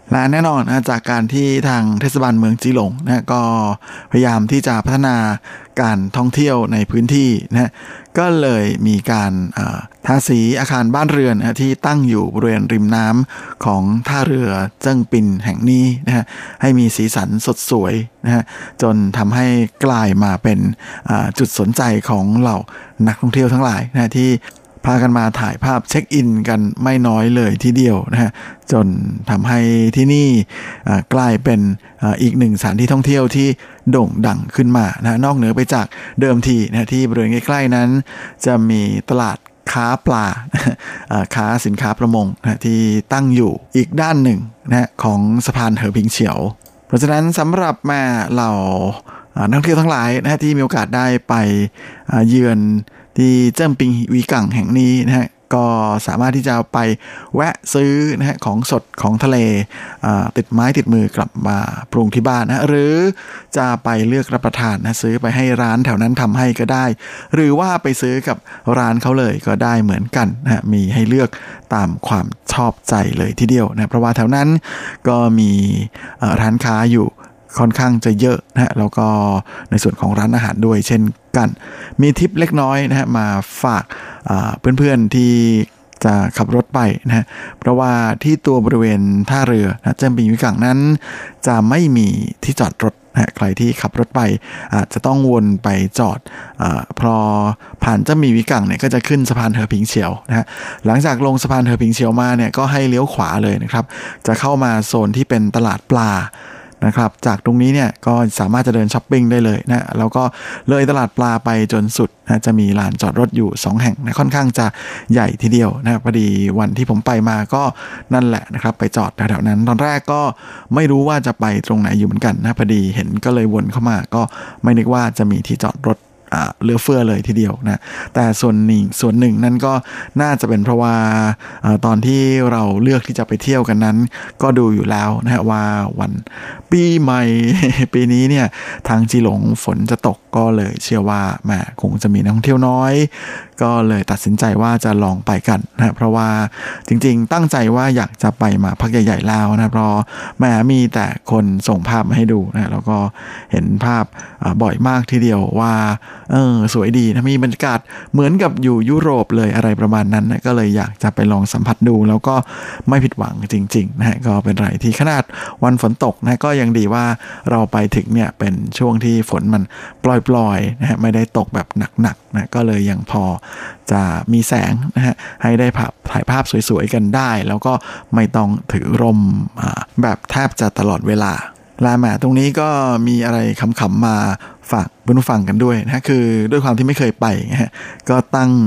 และแน่นอนนะจากการที่ทางเทศบาลเมืองจีหลงนะก็พยายามที่จะพัฒนาการท่องเที่ยวในพื้นที่นะก็เลยมีการทาสีอาคารบ้านเรือนนะที่ตั้งอยู่บริเวณริมน้ำของท่าเรือเจิ้งปินแห่งนี้นะฮะให้มีสีสันสดสวยนะฮะจนทำให้กลายมาเป็นจุดสนใจของเหล่านักท่องเที่ยวทั้งหลายนะที่พากันมาถ่ายภาพเช็คอินกันไม่น้อยเลยทีเดียวนะฮะจนทำให้ที่นี่กลายเป็นอีกหนึ่งสถานที่ท่องเที่ยวที่โด่งดังขึ้นมานะนอกเหนือไปจากเดิมทีนะที่บริเวณใกล้ๆนั้นจะมีตลาดค้าปลาค้าสินค้าประมงนะที่ตั้งอยู่อีกด้านหนึ่งนะของสะพานเหอพิงเฉียวเพราะฉะนั้นสำหรับมาเหล่านักท่องเที่ยวทั้งหลายนะที่มีโอกาสได้ไปเยือนที่เจิ้งปิงวีกังแห่งนี้นะฮะก็สามารถที่จะไปแวะซื้อนะฮะของสดของทะเลติดไม้ติดมือกลับมาปรุงที่บ้านนะหรือจะไปเลือกรับประทานนะซื้อไปให้ร้านแถวนั้นทำให้ก็ได้หรือว่าไปซื้อกับร้านเขาเลยก็ได้เหมือนกันนะมีให้เลือกตามความชอบใจเลยทีเดียวนะเพราะว่าแถวนั้นก็มีร้านค้าอยู่ค่อนข้างจะเยอะนะฮะแล้วก็ในส่วนของร้านอาหารด้วยเช่นกันมีทิปเล็กน้อยนะฮะมาฝากเพื่อนๆที่จะขับรถไปนะฮะเพราะว่าที่ตัวบริเวณท่าเรือนะเจิ้งปิงวีกังนั้นจะไม่มีที่จอดรถนะใครที่ขับรถไปอาจจะต้องวนไปจอดพอผ่านเจิ้งปิงวีกังเนี่ยก็จะขึ้นสะพานเหอพิงเฉียวนะฮะหลังจากลงสะพานเหอพิงเฉียวมาเนี่ยก็ให้เลี้ยวขวาเลยนะครับจะเข้ามาโซนที่เป็นตลาดปลานะครับจากตรงนี้เนี่ยก็สามารถจะเดินช้อปปิ้งได้เลยนะแล้วก็เลยตลาดปลาไปจนสุดนะจะมีลานจอดรถอยู่2แห่งนะค่อนข้างจะใหญ่ทีเดียวนะพอดีวันที่ผมไปมาก็นั่นแหละนะครับไปจอดแถวๆนั้นตอนแรกก็ไม่รู้ว่าจะไปตรงไหนอยู่เหมือนกันนะพอดีเห็นก็เลยวนเข้ามาก็ไม่นึกว่าจะมีที่จอดรถเหลือเฟือเลยทีเดียวนะแต่ส่วนหนึ่งนั่นก็น่าจะเป็นเพราะว่าตอนที่เราเลือกที่จะไปเที่ยวกันนั้นก็ดูอยู่แล้วนะฮะว่าวันปีใหม่ ปีนี้เนี่ยทางจีหลงฝนจะตกก็เลยเชื่อว่าแหมคงจะมีนักท่องเที่ยวน้อยก็เลยตัดสินใจว่าจะลองไปกันนะเพราะว่าจริงๆตั้งใจว่าอยากจะไปมาพักใหญ่ๆแล้วนะเพราะแหมมีแต่คนส่งภาพมาให้ดูนะแล้วก็เห็นภาพบ่อยมากทีเดียวว่าสวยดีนะมีบรรยากาศเหมือนกับอยู่ยุโรปเลยอะไรประมาณนั้นนะก็เลยอยากจะไปลองสัมผัสดูแล้วก็ไม่ผิดหวังจริงๆนะฮะก็เป็นไรที่ขนาดวันฝนตกนะก็ยังดีว่าเราไปถึงเนี่ยเป็นช่วงที่ฝนมันปล่อยๆนะฮะไม่ได้ตกแบบหนักๆนะก็เลยยังพอจะมีแสงนะฮะให้ได้ถ่ายภาพสวยๆกันได้แล้วก็ไม่ต้องถือร่มแบบแทบจะตลอดเวลาลาแหมตรงนี้ก็มีอะไรขำๆมาฝากเพื่อนผู้ฟังกันด้วยนะคือด้วยความที่ไม่เคยไปนะฮะก็ตั้ง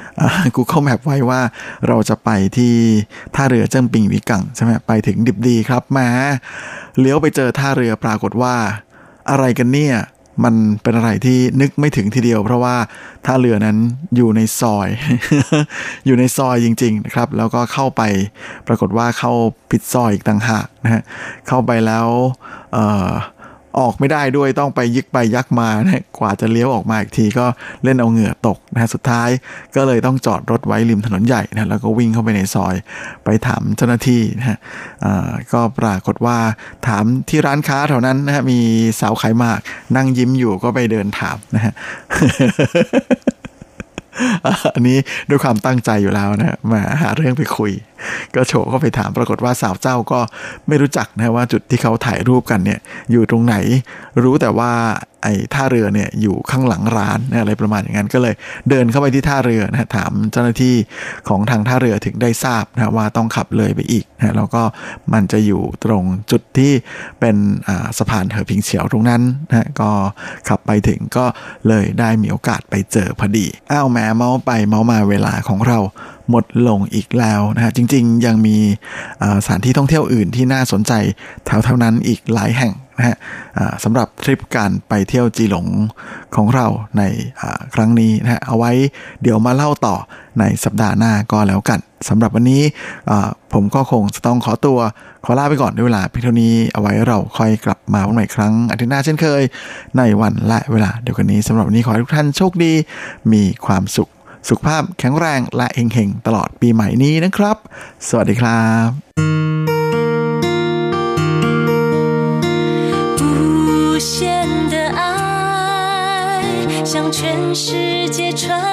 Google Map ไว้ว่าเราจะไปที่ท่าเรือเจิ้งปิงวีกังใช่ไหมไปถึงดิบดีครับมาเลี้ยวไปเจอท่าเรือปรากฏว่าอะไรกันเนี่ยมันเป็นอะไรที่นึกไม่ถึงทีเดียวเพราะว่าท่าเรือนั้นอยู่ในซอย อยู่ในซอยจริงๆนะครับแล้วก็เข้าไปปรากฏว่าเข้าผิดซอยอีกต่างหากนะฮะเข้าไปแล้วออกไม่ได้ด้วยต้องไปยึกไปยักมานะกว่าจะเลี้ยวออกมาอีกทีก็เล่นเอาเหงื่อตกนะสุดท้ายก็เลยต้องจอดรถไว้ริมถนนใหญ่นะแล้วก็วิ่งเข้าไปในซอยไปถามเจ้าหน้าที่นะฮะก็ปรากฏว่าถามที่ร้านค้าแถวนั้นนะฮะมีสาวขายหมากนั่งยิ้มอยู่ก็ไปเดินถามนะฮะ อันนี้ด้วยความตั้งใจอยู่แล้วนะมาหาเรื่องไปคุยก็โฉก็ไปถามปรากฏว่าสาวเจ้าก็ไม่รู้จักนะว่าจุดที่เขาถ่ายรูปกันเนี่ยอยู่ตรงไหนรู้แต่ว่าไอ้ท่าเรือเนี่ยอยู่ข้างหลังร้านนะอะไรประมาณอย่างนั้นก็เลยเดินเข้าไปที่ท่าเรือนะถามเจ้าหน้าที่ของทางท่าเรือถึงได้ทราบนะว่าต้องขับเลยไปอีกนะแล้วก็มันจะอยู่ตรงจุดที่เป็นสะพานเหอพิงเฉียวตรงนั้นนะก็ขับไปถึงก็เลยได้มีโอกาสไปเจอพอดีแหมเมาไปเมามาเวลาของเราหมดลงอีกแล้วนะฮะจริงๆยังมีสถานที่ท่องเที่ยวอื่นที่น่าสนใจแถวๆนั้นอีกหลายแห่งนะฮะสำหรับทริปการไปเที่ยวจีหลงของเราในครั้งนี้นะฮะเอาไว้เดี๋ยวมาเล่าต่อในสัปดาห์หน้าก็แล้วกันสำหรับวันนี้ผมก็คงจะต้องขอลาไปก่อนด้วยเวลาเพียงเท่านี้เอาไว้เราค่อยกลับมาวันใหม่ครั้งอาทิตย์หน้าเช่นเคยในวันและเวลาเดียวกันนี้สำหรับวันนี้ขอให้ทุกท่านโชคดีมีความสุขภาพแข็งแรงและเฮงๆตลอดปีใหม่นี้นะครับสวัสดีครับ世界穿